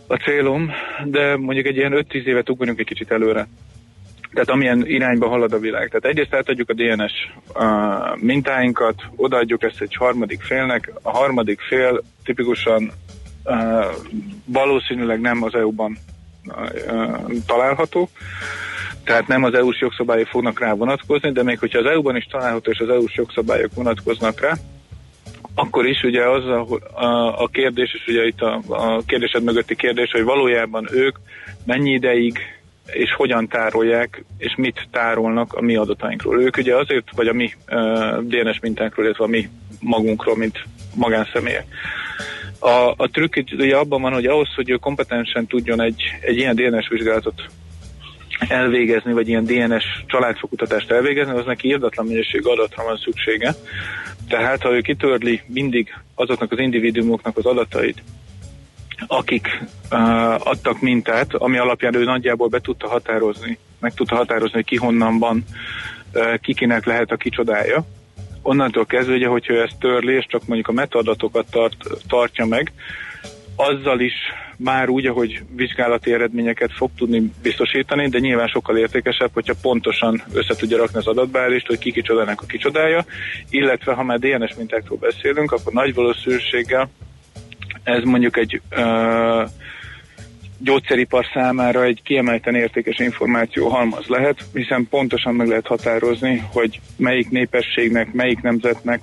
a célom, de mondjuk egy ilyen 5-10 évet ugorjunk egy kicsit előre. Tehát amilyen irányba halad a világ. Tehát egyrészt átadjuk a DNS mintáinkat, odaadjuk ezt egy harmadik félnek, a harmadik fél tipikusan valószínűleg nem az EU-ban található, tehát nem az EU-s jogszabályok fognak rá vonatkozni, de még hogyha az EU-ban is található és az EU-s jogszabályok vonatkoznak rá, akkor is ugye az a kérdés, és ugye itt a kérdésed mögötti kérdés, hogy valójában ők mennyi ideig és hogyan tárolják, és mit tárolnak a mi adatainkról. Ők ugye azért, vagy a mi DNS mintánkról, illetve a mi magunkról, mint magánszemélyek. A trükk ugye abban van, hogy ahhoz, hogy ő kompetensen tudjon egy ilyen DNS vizsgálatot elvégezni, vagy ilyen DNS családfokutatást elvégezni, az neki irdatlan mennyiségű adatra van szüksége. Tehát, ha ő kitörli mindig azoknak az individuumoknak az adatait, akik adtak mintát, ami alapján ő nagyjából meg tudta határozni, hogy ki honnan van, kikinek lehet a kicsodája. Onnantól kezdve, ugye, hogyha ő ezt törli, és csak mondjuk a metaadatokat tartja meg, azzal is már úgy, ahogy vizsgálati eredményeket fog tudni biztosítani, de nyilván sokkal értékesebb, hogyha pontosan össze tudja rakni az adatbázist, hogy ki kicsodának a kicsodája, illetve ha már DNS mintákról beszélünk, akkor nagy valószínűséggel ez mondjuk egy gyógyszeripar számára egy kiemelten értékes információ halmaz lehet, hiszen pontosan meg lehet határozni, hogy melyik népességnek, melyik nemzetnek,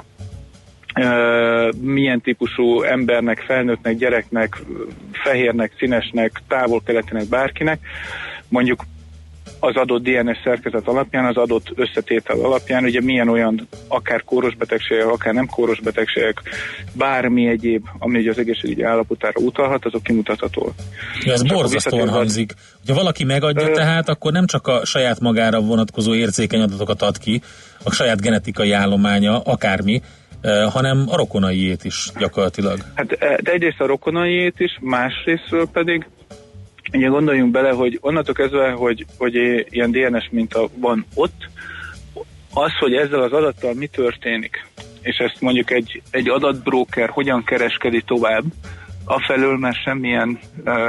milyen típusú embernek, felnőttnek, gyereknek, fehérnek, színesnek, távol-keletinek, bárkinek, mondjuk az adott DNS szerkezet alapján, az adott összetétel alapján, ugye milyen olyan akár kóros betegségek, akár nem kóros betegségek, bármi egyéb, ami ugye az egészségügyi állapotára utalhat, azok kimutatható. Ja, ez borzasztóan hangzik. Ha valaki megadja tehát, akkor nem csak a saját magára vonatkozó érzékeny adatokat ad ki, a saját genetikai állománya, akármi, hanem a rokonaiét is gyakorlatilag. Hát de egyrészt a rokonaiét is, másrésztről pedig ugye gondoljunk bele, hogy onnantól kezdve, hogy ilyen DNS minta van ott, az, hogy ezzel az adattal mi történik, és ezt mondjuk egy adatbróker hogyan kereskedi tovább, afelől már semmilyen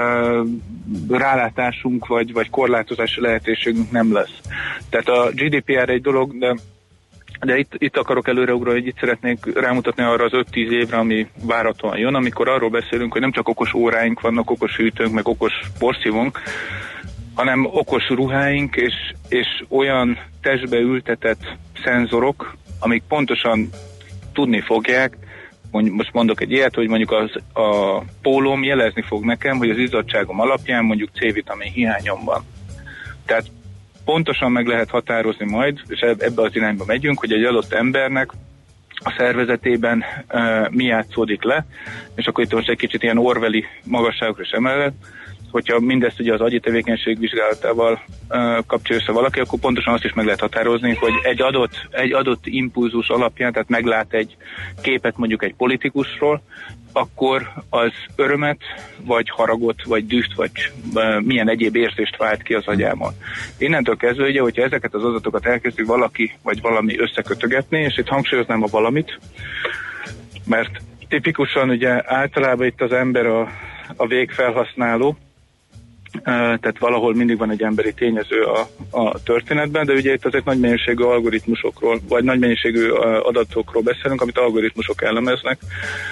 rálátásunk vagy korlátozási lehetőségünk nem lesz. Tehát a GDPR egy dolog, de itt akarok előreugrani, hogy itt szeretnék rámutatni arra az 5-10 évre, ami várhatóan jön, amikor arról beszélünk, hogy nem csak okos óráink vannak, okos hűtőnk, meg okos porszívónk, hanem okos ruháink és olyan testbe ültetett szenzorok, amik pontosan tudni fogják, most mondok egy ilyet, hogy mondjuk a pólóm jelezni fog nekem, hogy az izzadtságom alapján mondjuk C-vitamin hiányom van. Tehát pontosan meg lehet határozni majd, és ebbe az irányba megyünk, hogy egy adott embernek a szervezetében mi játszódik le, és akkor itt most egy kicsit ilyen orwelli magasságokra is emeled, hogyha mindezt ugye az agyi tevékenység vizsgálatával kapcsolja össze valaki, akkor pontosan azt is meg lehet határozni, hogy egy adott impulzus alapján, tehát meglát egy képet mondjuk egy politikusról, akkor az örömet, vagy haragot, vagy düht, vagy milyen egyéb érzést vált ki az agyában. Innentől kezdve, ugye, hogyha ezeket az adatokat elkezdi valaki, vagy valami összekötögetni, és itt hangsúlyoznám a valamit, mert tipikusan ugye általában itt az ember a végfelhasználó, tehát valahol mindig van egy emberi tényező a történetben, de ugye itt azért nagy mennyiségű algoritmusokról, vagy nagy mennyiségű adatokról beszélünk, amit algoritmusok elemeznek,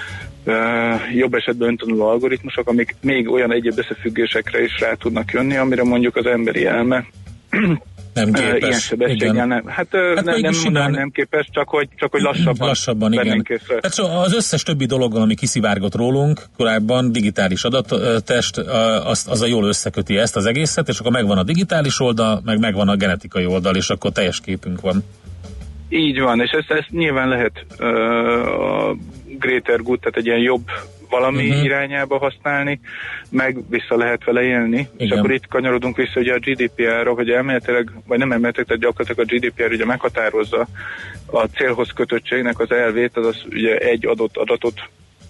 jobb esetben öntanuló algoritmusok, amik még olyan egyéb összefüggésekre is rá tudnak jönni, amire mondjuk az emberi elme nem képes. Ilyen sebességgel nem. Nem képes, csak hogy lassabban igen. Tehát az összes többi dologgal, ami kiszivárgott rólunk korábban, digitális adattest, az a jól összeköti ezt az egészet, és akkor megvan a digitális oldal, megvan a genetikai oldal, és akkor teljes képünk van. Így van, és ezt nyilván lehet a greater good, tehát egy ilyen jobb valami irányába használni, meg vissza lehet vele élni. Igen. És akkor itt kanyarodunk vissza ugye a GDPR-ra, hogy elméletileg, vagy nem elméletileg, tehát gyakorlatilag a GDPR ugye meghatározza a célhoz kötöttségnek az elvét, azaz ugye egy adott adatot,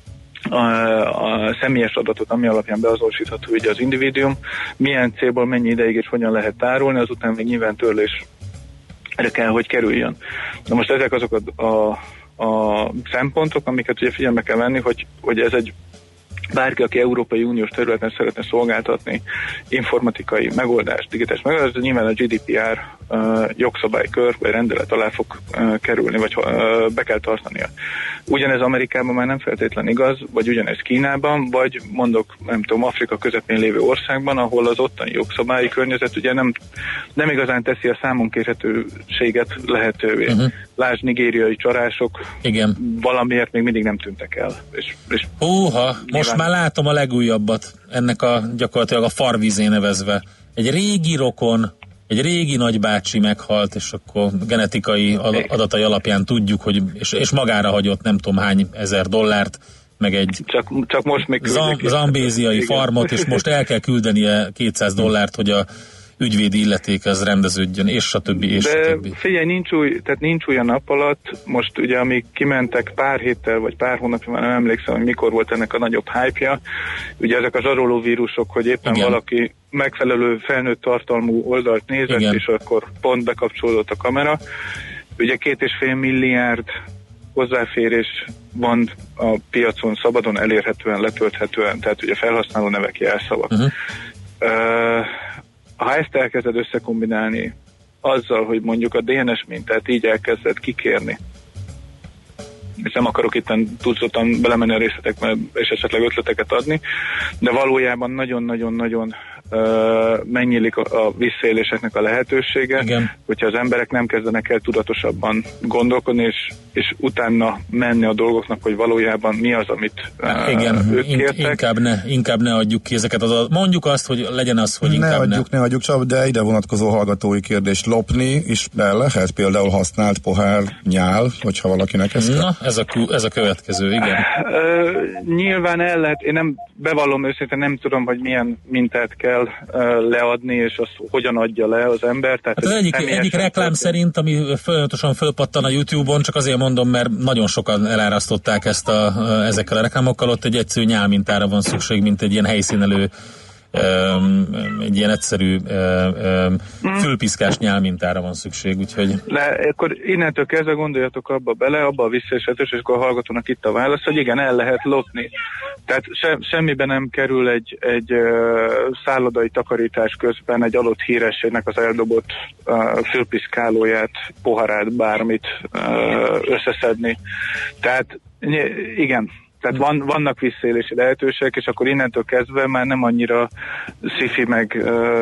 a személyes adatot, ami alapján beazonosítható ugye az individuum, milyen célból mennyi ideig és hogyan lehet tárolni, azután még nyilván törlésre kell, hogy kerüljön. Na most ezek azok a szempontok, amiket ugye figyelme kell venni, hogy ez egy bárki, aki Európai Uniós területen szeretne szolgáltatni informatikai megoldást, digitális megoldást, nyilván a GDPR jogszabálykör vagy rendelet alá fog kerülni, vagy be kell tartania. Ugyanez Amerikában már nem feltétlen igaz, vagy ugyanez Kínában, vagy mondok, nem tudom, Afrika közepén lévő országban, ahol az ottani jogszabályi környezet ugye nem igazán teszi a számon kérhetőséget lehetővé. Lásd, nigériai csalások valamiért még mindig nem tűntek el. Most már látom a legújabbat, ennek gyakorlatilag a farvízé nevezve. Egy régi rokon, egy régi nagybácsi meghalt, és akkor genetikai adatai alapján tudjuk, hogy és magára hagyott nem tudom hány $1000, meg egy csak most még zambéziai farmot, és most el kell küldenie $200, hogy a ügyvédi illeték az rendeződjön, és stb. De figyelj, nincs új a nap alatt. Most ugye, amíg kimentek pár héttel, vagy pár hónapja, már nem emlékszem, hogy mikor volt ennek a nagyobb hype-ja. Ugye ezek a zsaroló vírusok, hogy éppen valaki megfelelő felnőtt tartalmú oldalt nézett, és akkor pont bekapcsolódott a kamera. Ugye 2,5 milliárd hozzáférés van a piacon szabadon, elérhetően, letölthetően, tehát ugye felhasználó nevek, jelszavak. Ha ezt elkezded összekombinálni azzal, hogy mondjuk a DNS mintát így elkezded kikérni, és nem akarok itt tudszottan belemenni a részletekbe, és esetleg ötleteket adni, de valójában nagyon-nagyon-nagyon megnyílik a visszaéléseknek a lehetősége, hogyha az emberek nem kezdenek el tudatosabban gondolkodni, és utána menni a dolgoknak, hogy valójában mi az, amit ők kértek. Inkább ne adjuk ki ezeket mondjuk azt, hogy legyen az, hogy ne adjuk csak, de ide vonatkozó hallgatói kérdés, lopni is be lehet, például használt pohár, nyál, hogyha valakinek ezt kell. Na, ez a következő, igen. Nyilván el lehet, én nem bevallom őszintén, nem tudom, hogy milyen mintát kell leadni, és azt hogyan adja le az ember. Tehát az egyik reklám szerint, ami folyamatosan fölpattan a YouTube-on, csak azért mondom, mert nagyon sokan elárasztották ezekkel a reklámokkal, ott egy egyszerű nyálmintára van szükség, mint egy ilyen helyszínelő, egy ilyen egyszerű fülpiszkás nyálmintára van szükség, úgyhogy... Akkor innentől kezdve gondoljatok abba a visszaeshetős, és akkor a hallgatónak itt a válasz, hogy igen, el lehet lopni. Tehát semmiben nem kerül egy szállodai takarítás közben egy adott hírességnek az eldobott fülpiszkálóját, poharát, bármit összeszedni. Tehát igen, tehát vannak visszaélési lehetőségek, és akkor innentől kezdve már nem annyira sci-fi, meg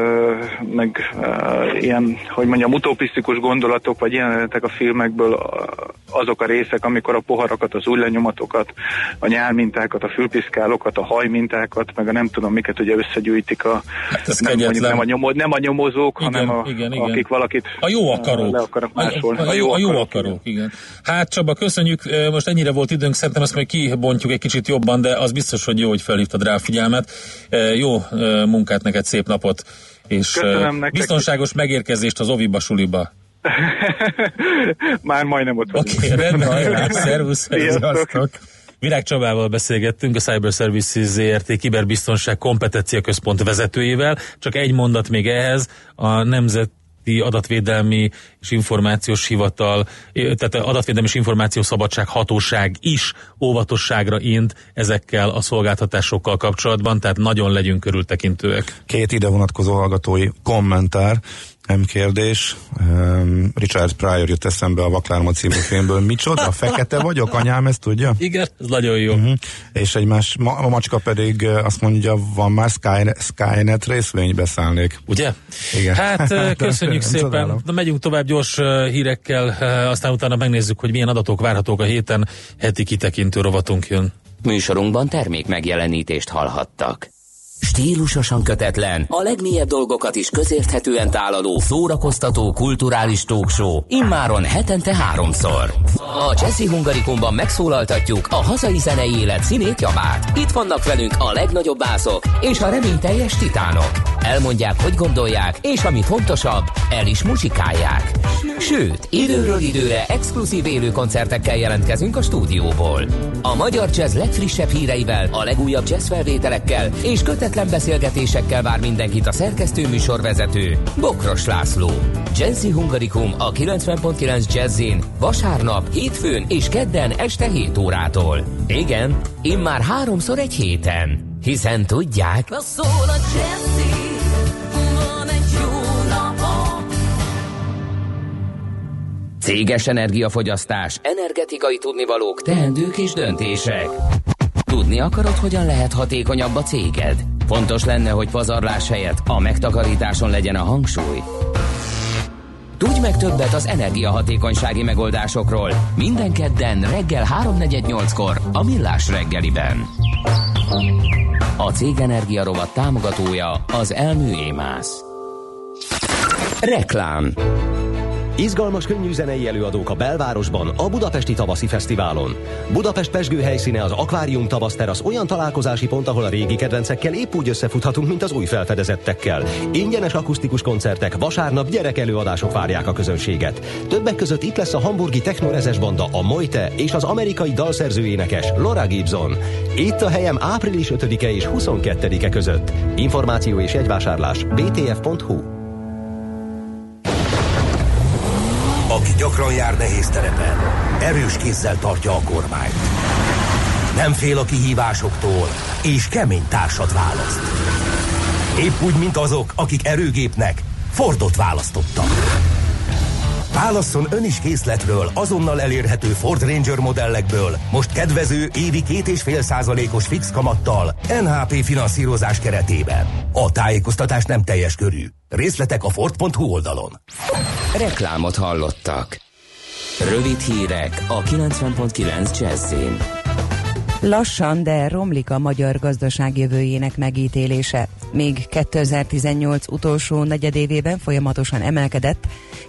ilyen, hogy mondjam, utopisztikus gondolatok, vagy jelenetek a filmekből azok a részek, amikor a poharakat, az ujjlenyomatokat, a nyálmintákat, a fülpiszkálókat, a hajmintákat, meg a nem tudom miket ugye összegyűjtik nem a nyomozók, hanem akik valakit a jó akarók. Le akarnak másolni. A jó akarók, igen. Hát Csaba, köszönjük, most ennyire volt időnk, szerintem ezt majd kibontjuk egy kicsit jobban, de az biztos, hogy jó, hogy felhívtad rá a figyelmet. Jó munkát neked, szép napot, és biztonságos megérkezést az oviba, suliba. Már majdnem ott vagyunk. Oké, rendben, szervusz, sziasztok. Virág Csabával beszélgettünk, a Cyber Services ZRT kiberbiztonság kompetencia központ vezetőjével. Csak egy mondat még ehhez, a Nemzeti Adatvédelmi és Információs Hivatal, tehát Adatvédelmi és Információs Szabadság Hatóság is óvatosságra int ezekkel a szolgáltatásokkal kapcsolatban, tehát nagyon legyünk körültekintőek. 2 ide vonatkozó hallgatói kommentár. Kérdés. Richard Pryor jut eszembe a Vaklárom című filmből. Micsoda? Fekete vagyok? Anyám ezt tudja? Igen, ez nagyon jó. És egy a macska pedig azt mondja, van már Skynet részvény, beszállnék. Ugye? Igen. Hát köszönjük szépen. Na, megyünk tovább gyors hírekkel, aztán utána megnézzük, hogy milyen adatok várhatók a héten. Heti kitekintő rovatunk jön. Műsorunkban termék megjelenítést hallhattak. Stílusosan kötetlen, a legmélyebb dolgokat is közérthetően tálaló, szórakoztató, kulturális talkshow, immáron hetente 3-szor. A Jazzy Hungarikumban megszólaltatjuk a hazai zenei élet színét, javát. Itt vannak velünk a legnagyobb bászok és a reményteljes titánok. Elmondják, hogy gondolják, és ami fontosabb, el is muzsikálják. Sőt, időről időre exkluzív élő koncertekkel jelentkezünk a stúdióból. A magyar jazz legfrissebb híreivel, a legújabb jazz felvételekkel és kötetlen hihetetlen beszélgetésekkel vár mindenkit a szerkesztő műsorvezető, Bokros László. Jazzy Hungarikum a 90.9 Jazzin vasárnap, hétfőn és kedden este 7 órától. Igen, immár 3-szor egy héten. Hiszen tudják... Szól a Jazzy, van egy jó napom. Céges energiafogyasztás, energetikai tudnivalók, teendők és döntések. Tudni akarod, hogyan lehet hatékonyabb a céged? Fontos lenne, hogy pazarlás helyett a megtakarításon legyen a hangsúly. Tudj meg többet az energiahatékonysági megoldásokról minden kedden reggel 3:48-kor a Millás reggeliben. A Cég Energia rovat támogatója az Elmű Émász. Reklám. Izgalmas könnyű zenei előadók a belvárosban, a Budapesti Tavaszi Fesztiválon. Budapest pezsgő helyszíne az Akvárium Tavaszterasz, olyan találkozási pont, ahol a régi kedvencekkel épp úgy összefuthatunk, mint az új felfedezettekkel. Ingyenes akusztikus koncertek, vasárnap gyerekelőadások várják a közönséget. Többek között itt lesz a hamburgi technorezes banda, a Mojte és az amerikai dalszerző énekes Laura Gibson. Itt a helyem április 5-e és 22-e között. Információ és jegyvásárlás btf.hu. Aki gyakran jár nehéz terepen, erős kézzel tartja a kormányt. Nem fél a kihívásoktól, és kemény társat választ. Épp úgy, mint azok, akik erőgépnek Fordot választottak. Válasszon ön is készletről azonnal elérhető Ford Ranger modellekből, most kedvező évi 2,5%-os fix kamattal NHP finanszírozás keretében. A tájékoztatás nem teljes körű. Részletek a Ford.hu oldalon. Reklámot hallottak. Rövid hírek a 90.9 Jazzin. Lassan, de romlik a magyar gazdaság jövőjének megítélése. Míg 2018 utolsó negyedévében folyamatosan emelkedett,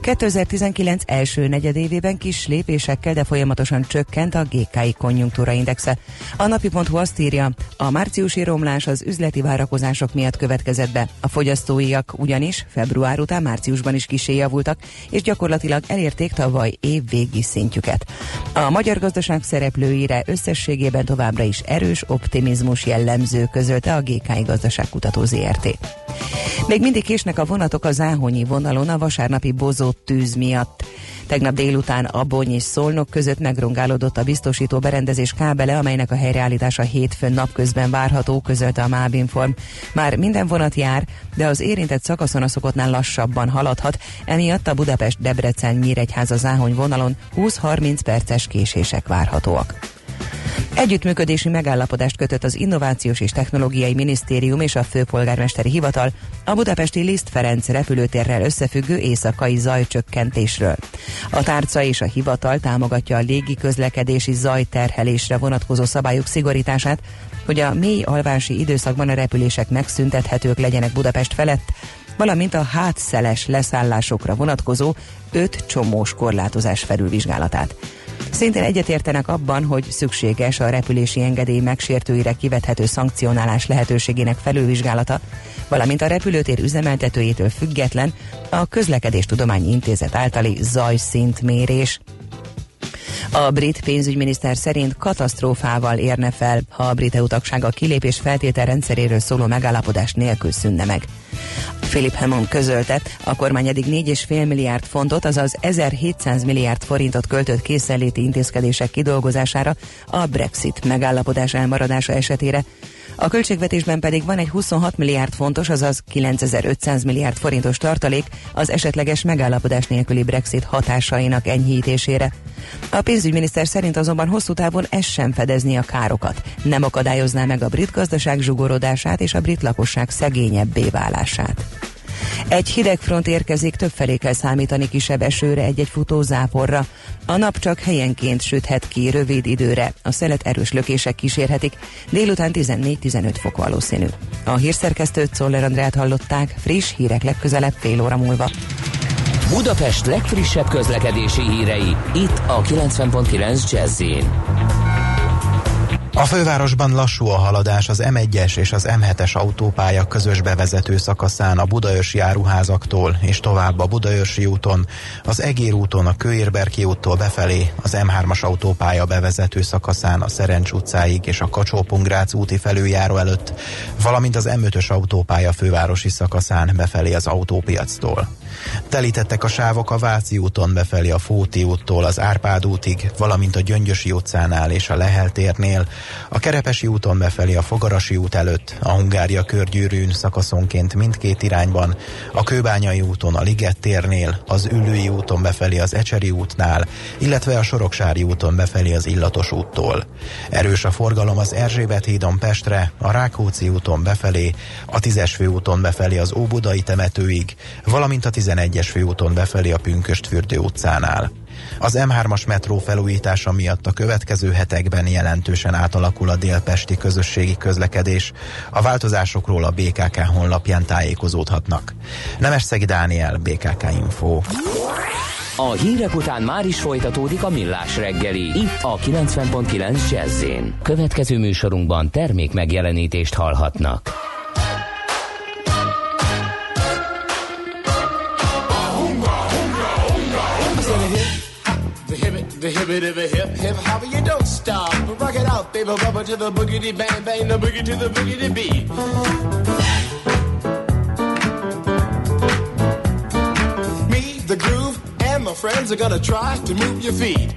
2019 első negyedévében kis lépésekkel, de folyamatosan csökkent a GKI konjunktúraindexe. A napi.hu azt írja, a márciusi romlás az üzleti várakozások miatt következett be. A fogyasztóiak ugyanis február után márciusban is kissé javultak, és gyakorlatilag elérték tavaly évvégi szintjüket. A magyar gazdaság szereplőire összességében továbbra is erős optimizmus jellemző, közölte a GKI Gazdaságkutató ZRT. Még mindig késnek a vonatok a záhonyi vonalon a vasárnapi bozott tűz miatt. Tegnap délután Abony és Szolnok között megrongálódott a biztosító berendezés kábele, amelynek a helyreállítása hétfőn napközben várható, közölte a MÁV Inform. Már minden vonat jár, de az érintett szakaszon a szokottnál lassabban haladhat, emiatt a Budapest-Debrecen-Nyíregyháza-Záhony vonalon 20-30 perces késések várhatóak. Együttműködési megállapodást kötött az Innovációs és Technológiai Minisztérium és a Főpolgármesteri Hivatal a budapesti Liszt Ferenc repülőtérrel összefüggő éjszakai zajcsökkentésről. A tárca és a hivatal támogatja a légiközlekedési zajterhelésre vonatkozó szabályok szigorítását, hogy a mély alvási időszakban a repülések megszüntethetők legyenek Budapest felett, valamint a hátszeles leszállásokra vonatkozó 5 csomós korlátozás felülvizsgálatát. Szintén egyetértenek abban, hogy szükséges a repülési engedély megsértőire kivethető szankcionálás lehetőségének felülvizsgálata, valamint a repülőtér üzemeltetőjétől független a Közlekedéstudományi Intézet általi zajszintmérés. A brit pénzügyminiszter szerint katasztrófával érne fel, ha a brit EU tagság a kilépés feltételrendszeréről szóló megállapodás nélkül szűnne meg. Philip Hammond közölte, a kormány eddig 4,5 milliárd fontot, azaz 1700 milliárd forintot költött készenléti intézkedések kidolgozására a Brexit megállapodás elmaradása esetére. A költségvetésben pedig van egy 26 milliárd fontos, azaz 9500 milliárd forintos tartalék az esetleges megállapodás nélküli Brexit hatásainak enyhítésére. A pénzügyminiszter szerint azonban hosszú távon ez sem fedezni a károkat, nem akadályozná meg a brit gazdaság zsugorodását és a brit lakosság szegényebbé válását. Egy hidegfront érkezik, többfelé kell számítani kisebb esőre, egy-egy futó záporra. A nap csak helyenként süthet ki rövid időre, a szelet erős lökések kísérhetik, délután 14-15 fok valószínű. A hírszerkesztőt, Czoller Andrát hallották, friss hírek legközelebb fél óra múlva. Budapest legfrissebb közlekedési hírei, itt a 90.9 Jazz-in. A fővárosban lassú a haladás az M1-es és az M7-es autópálya közös bevezető szakaszán a budaörsi áruházaktól és tovább a Budaörsi úton, az Egér úton a Kőérberki úttól befelé, az M3-as autópálya bevezető szakaszán a Szerencs utcáig és a Kacsó-Pungrác úti felüljáró előtt, valamint az M5-ös autópálya fővárosi szakaszán befelé az autópiactól. Telítettek a sávok a Váci úton befelé a Fóti úttól az Árpád útig, valamint a Gyöngyösi utcánál és a Lehel térnél, a Kerepesi úton befelé a Fogarasi út előtt, a Hungária körgyűrűn szakaszonként mindkét irányban, a Kőbányai úton a Liget térnél, az Üllői úton befelé az Ecseri útnál, illetve a Soroksári úton befelé az Illatos úttól. Erős a forgalom az Erzsébet hídon Pestre, a Rákóczi úton befelé, a 10-es főúton befelé az Óbudai temetőig, valamint a 11-es főúton befelé a Pünkösdfürdő utcánál. Az M3-as metró felújítása miatt a következő hetekben jelentősen átalakul a délpesti közösségi közlekedés. A változásokról a BKK honlapján tájékozódhatnak. Nemesszegi Dániel, BKK Info. A hírek után már is folytatódik a Millás reggeli, itt a 90.9 Jazz-én. Következő műsorunkban termék megjelenítést hallhatnak. The hip, hip, hop, you don't stop. Rock it out, baby, bubba to the boogity bang, bang, the boogie to the boogity beat. Me, the groove, and my friends are gonna try to move your feet.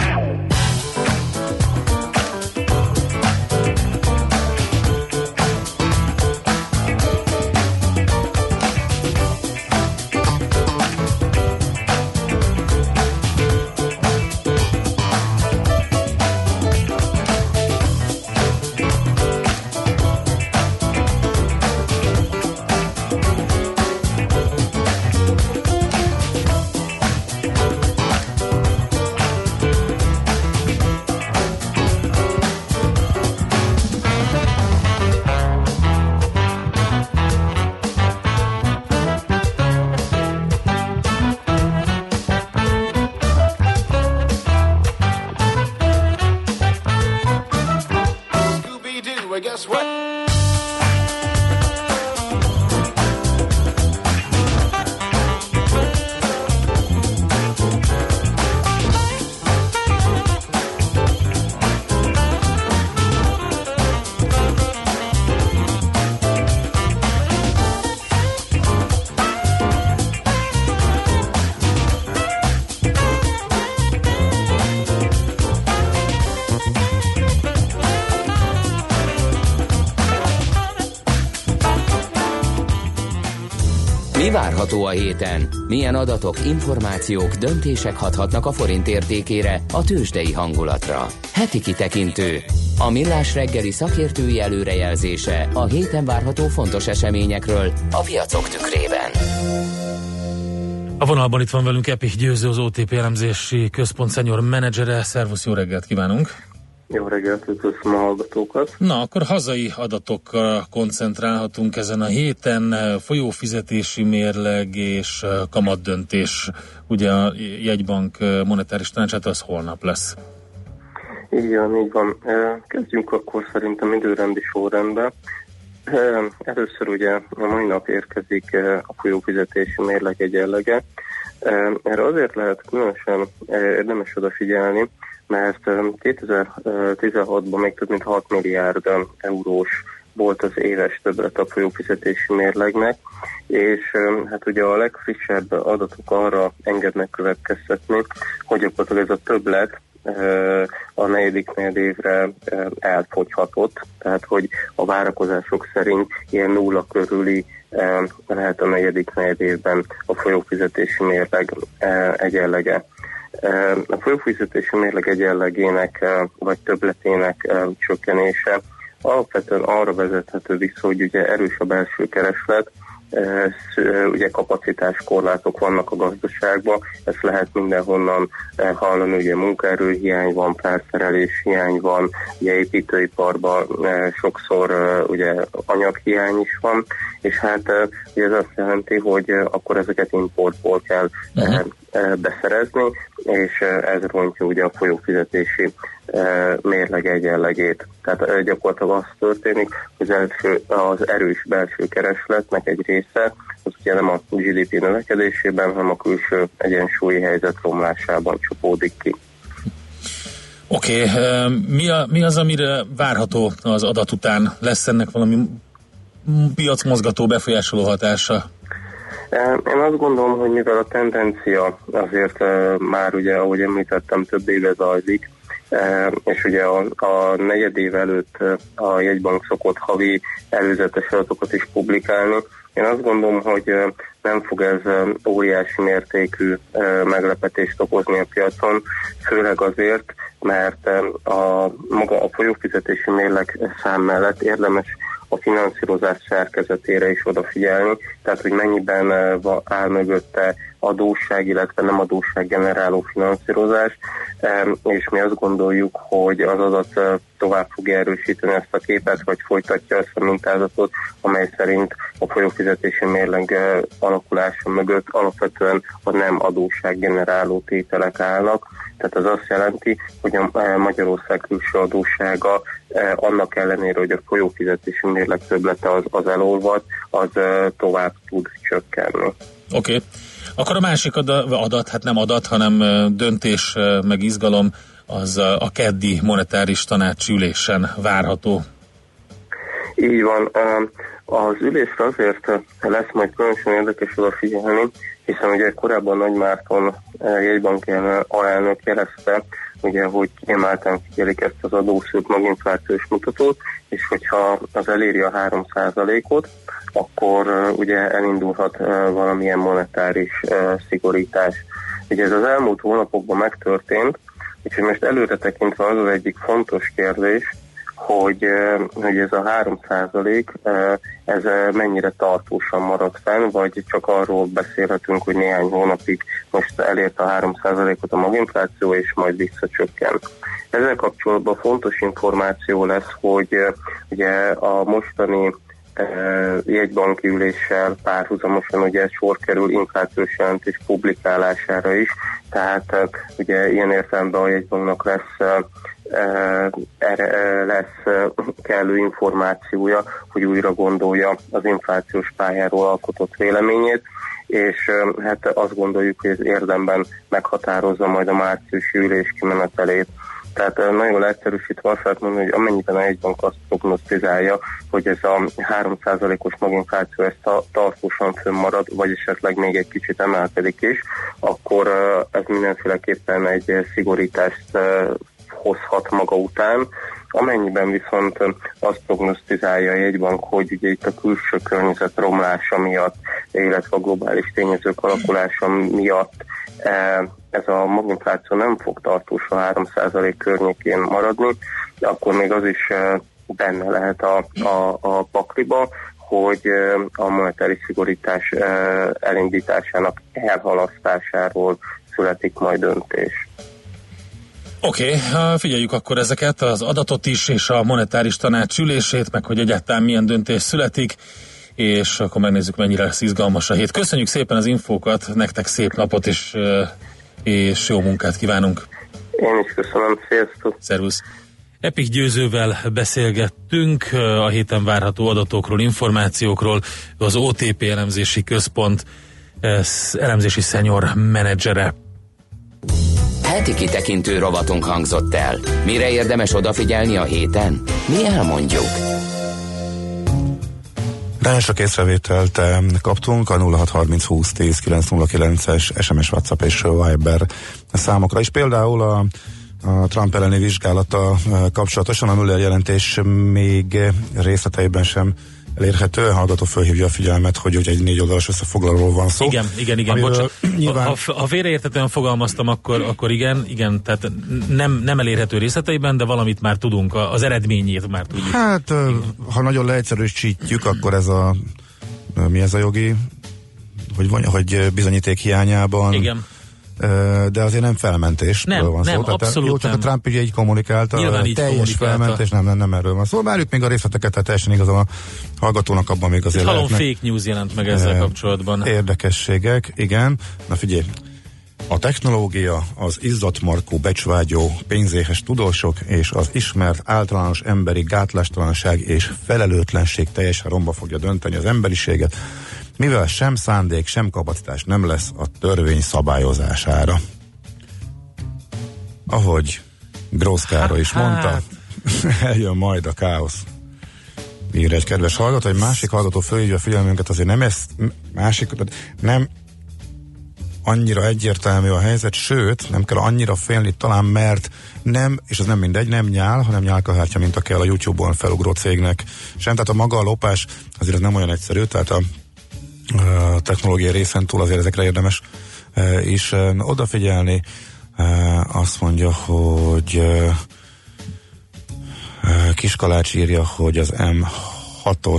Mi várható a héten? Milyen adatok, információk, döntések hathatnak a forint értékére, a tőzsdei hangulatra? Heti kitekintő. A Millás reggeli szakértői előrejelzése a héten várható fontos eseményekről a piacok tükrében. A vonalban itt van velünk Epich Győző, az OTP elemzési központ senior menedzsere. Szervusz, jó reggelt kívánunk! Jó reggelt, üdvözlöm a hallgatókat! Na, akkor hazai adatokra koncentrálhatunk ezen a héten. Folyófizetési mérleg és kamatdöntés. Ugye a jegybank monetáris tanácsát az holnap lesz. Igen, így van. Kezdjünk akkor szerintem időrendi sorrendben. Először ugye a mai nap érkezik a folyófizetési mérleg egyenlege. Erre azért lehet különösen érdemes odafigyelni, mert 2016-ban még több mint 6 milliárd eurós volt az éves többlet a folyófizetési mérlegnek, és hát ugye a legfrissebb adatok arra engednek következtetni, hogy akkor ez a többlet a negyedik negyedévre elfogyhatott, tehát hogy a várakozások szerint ilyen nulla körüli lehet a negyedik negyedévben a folyófizetési mérleg egyenlege. A folyófizetési mérleg egyenlegének vagy többletének csökkenése alapvetően arra vezethető vissza, hogy ugye erős a belső kereslet, ugye kapacitáskorlátok vannak a gazdaságban, ezt lehet mindenhonnan hallani, ugye munkaerőhiány van, felszerelés hiány van, ugye építőiparban sokszor ugye anyaghiány is van, és hát ugye ez azt jelenti, hogy akkor ezeket importból kell beszerezni, és ez rontja ugye a folyófizetési mérleg egyenlegét. Tehát gyakorlatilag az történik, hogy az erős belső keresletnek egy része, az ugye nem a GDP növekedésében, hanem a külső egyensúlyi helyzet romlásában csapódik ki. Oké, mi az, amire várható az adat után? Lesz ennek valami piacmozgató, befolyásoló hatása? Én azt gondolom, hogy mivel a tendencia azért már ugye, ahogy említettem, több éve zajlik, és ugye a negyedév előtt a jegybank szokott havi előzetes adatokat is publikálni. Én azt gondolom, hogy nem fog ez óriási mértékű meglepetést okozni a piacon, főleg azért, mert maga a folyófizetési mérleg szám mellett érdemes a finanszírozás szerkezetére is odafigyelni, tehát hogy mennyiben áll mögötte adósság, illetve nem adósság generáló finanszírozás, és mi azt gondoljuk, hogy az adat tovább fogja erősíteni ezt a képet, vagy folytatja ezt a mintázatot, amely szerint a folyófizetési mérleg alakulása mögött alapvetően a nem adósság generáló tételek állnak. Tehát az azt jelenti, hogy a Magyarország külső adóssága annak ellenére, hogy a folyófizetési mérleg többlete az elolvad, az tovább tud csökkenni. Oké. Akkor a másik adat, hát nem adat, hanem döntés, meg izgalom, az a keddi monetáris tanács ülésen várható. Így van. Az ülésre azért lesz majd különösen érdekes odafigyelni, hiszen ugye korábban Nagy Márton jegybanki alelnök jelezte, ugye, hogy kiemelten figyelik ezt az adószült maginflációs mutatót, és hogyha az eléri a 3%-ot, akkor ugye elindulhat valamilyen monetáris szigorítás. Ugye ez az elmúlt hónapokban megtörtént, úgyhogy most előre tekintve az egyik fontos kérdés, hogy ez a 3% ez mennyire tartósan marad fenn, vagy csak arról beszélhetünk, hogy néhány hónapig most elért a 3%-ot a maginfláció, és majd visszacsökken. Ezzel kapcsolatban fontos információ lesz, hogy ugye a mostani jegybanki üléssel párhuzamosan ugye sor kerül inflációs jelentés publikálására is, tehát ugye ilyen értelemben a jegybanknak lesz kellő információja, hogy újra gondolja az inflációs pályáról alkotott véleményét, és hát azt gondoljuk, hogy ez érdemben meghatározza majd a márciusi ülés kimenetelét. Tehát nagyon leegyszerűsítve azt lehet mondani, hogy amennyiben a jegybank azt prognosztizálja, hogy ez a 3%-os maginfláció tartósan fönnmarad, vagy esetleg még egy kicsit emelkedik is, akkor ez mindenféleképpen egy szigorítást hozhat maga után. Amennyiben viszont azt prognosztizálja a jegybank, hogy ugye itt a külső környezet romlása miatt, illetve a globális tényezők alakulása miatt ez a maginfláció nem fog tartósan 3% környékén maradni, akkor még az is benne lehet a pakliba, hogy a monetáris szigorítás elindításának elhalasztásáról születik majd döntés. Oké, figyeljük akkor ezeket, az adatot is, és a monetáris tanács ülését, meg hogy egyáltalán milyen döntés születik, és akkor megnézzük, mennyire lesz izgalmas a hét. Köszönjük szépen az infókat, nektek szép napot, és jó munkát kívánunk. Én is köszönöm, sziasztok! Szervusz! Epik Győzővel beszélgettünk a héten várható adatokról, információkról, az OTP elemzési központ elemzési senior menedzsere. Heti kitekintő rovatunk hangzott el. Mire érdemes odafigyelni a héten? Mi elmondjuk. Nagyon sok észrevételt kaptunk a 0630 20 10 909-es SMS, WhatsApp és Viber számokra is. Például a Trump elleni vizsgálata kapcsolatosan a Müller jelentés még részleteiben sem elérhető. Hallgató fölhívja a figyelmet, hogy ugye egy 4 oldalas összefoglalóról van szó. Igen, bocsánat. Nyilván... Ha félreértetően fogalmaztam, akkor igen, tehát nem elérhető részleteiben, de valamit már tudunk, az eredményét már tudjuk. Hát, ha nagyon leegyszerűsítjük, akkor ez mi ez a jogi, hogy bizonyíték hiányában. Igen. De azért nem felmentésről van szó. Abszolút jó, csak a Trump ugye így kommunikálta, teljes felmentés, nem erről van szó. Várjuk még a részleteket, tehát teljesen igazán a hallgatónak abban még azért lehetnek. Fake news jelent meg ezzel kapcsolatban. Érdekességek, igen. Na figyelj, A technológia, az izzadtmarkú, becsvágyó, pénzéhes tudósok és az ismert általános emberi gátlástalanság és felelőtlenség teljesen romba fogja dönteni az emberiséget, mivel sem szándék, sem kapacitás nem lesz a törvény szabályozására. Ahogy Grósz Károly is mondta, eljön majd a káosz. Ír egy kedves hallgató, egy másik hallgató fölhívja a figyelmünket, azért nem annyira egyértelmű a helyzet, sőt, nem kell annyira félni talán, mert nem, és az nem mindegy, nem nyál, hanem nyálkahártya, mint a kell a YouTube-on felugró cégnek sem. Tehát a maga a lopás azért ez nem olyan egyszerű, tehát a technológiai részen túl azért ezekre érdemes is odafigyelni. Azt mondja, hogy Kiskalács írja, hogy az M6-os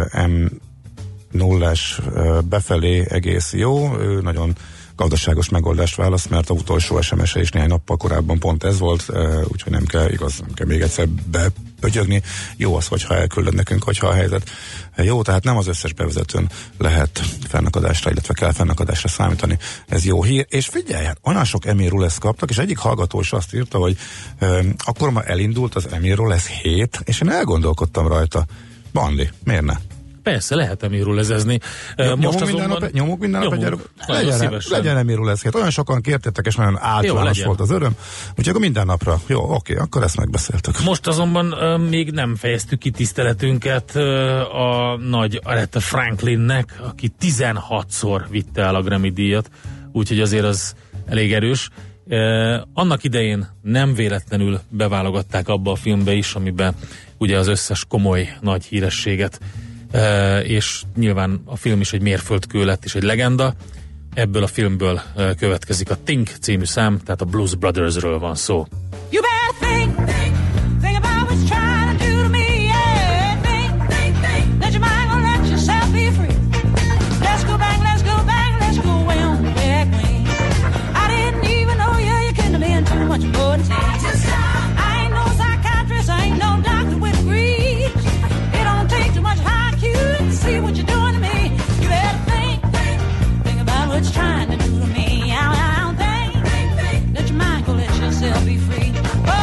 M0-es befelé egész jó, ő nagyon gazdaságos megoldást választ, mert a utolsó SMS-e is néhány nappal korábban pont ez volt, úgyhogy nem kell még egyszer bepötyögni. Jó az, hogyha elküldöd nekünk, hogyha a helyzet jó, tehát nem az összes bevezetőn lehet fennakadásra, illetve kell fennakadásra számítani. Ez jó hír, és figyelj, hát olyan sok Emir-Rolex kaptak, és egyik hallgató is azt írta, hogy akkor már elindult az Emir-Rolex 7, és én elgondolkodtam rajta. Bandi, miért ne? Persze, lehet Emir-Rolezezni. Nyomunk minden nap egy legyen Emir-Rolex 7. Olyan sokan kértétek, és nagyon általános volt az öröm. Úgyhogy akkor minden napra. Jó, oké, akkor ezt megbeszéltük. Most azonban még nem fejeztük ki tiszteletünket a nagy Aretha Franklinnek, aki 16-szor vitte el a Grammy díjat, úgyhogy azért az elég erős. Annak idején nem véletlenül beválogatták abba a filmbe is, amiben ugye az összes komoly nagy hírességet, és nyilván a film is egy mérföldkő lett, és egy legenda. Ebből a filmből következik a Think című szám, tehát a Blues Brothersről van szó. You better think about what's trying to do to me, yeah. Think, let your mind go, let yourself be free. Let's go back, let's go way on back when I didn't even know you couldn't have been too much more than I ain't no psychiatrist, I ain't no doctor with degrees. It don't take too much IQ to see what you're doing to me. You better think about what's trying to do to me. I don't think, let your mind go, let yourself be free. Oh,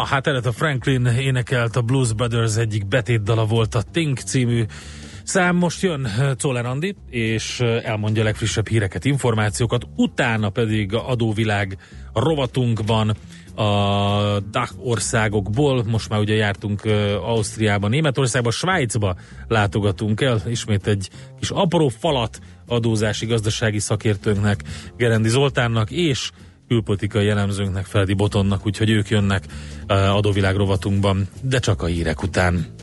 hát Aretha Franklin énekelt, a Blues Brothers egyik betétdala volt a Think című szám. Most jön Czoller Andi, és elmondja a legfrissebb híreket, információkat, utána pedig a adóvilág rovatunkban a DACH országokból, most már ugye jártunk Ausztriában, Németországban, Svájcba látogatunk el, ismét egy kis apró falat adózási gazdasági szakértőnknek, Gerendi Zoltánnak, és külpolitikai jellemzőnknek, Feledi Botonnak, úgyhogy ők jönnek adóvilág rovatunkban, de csak a hírek után.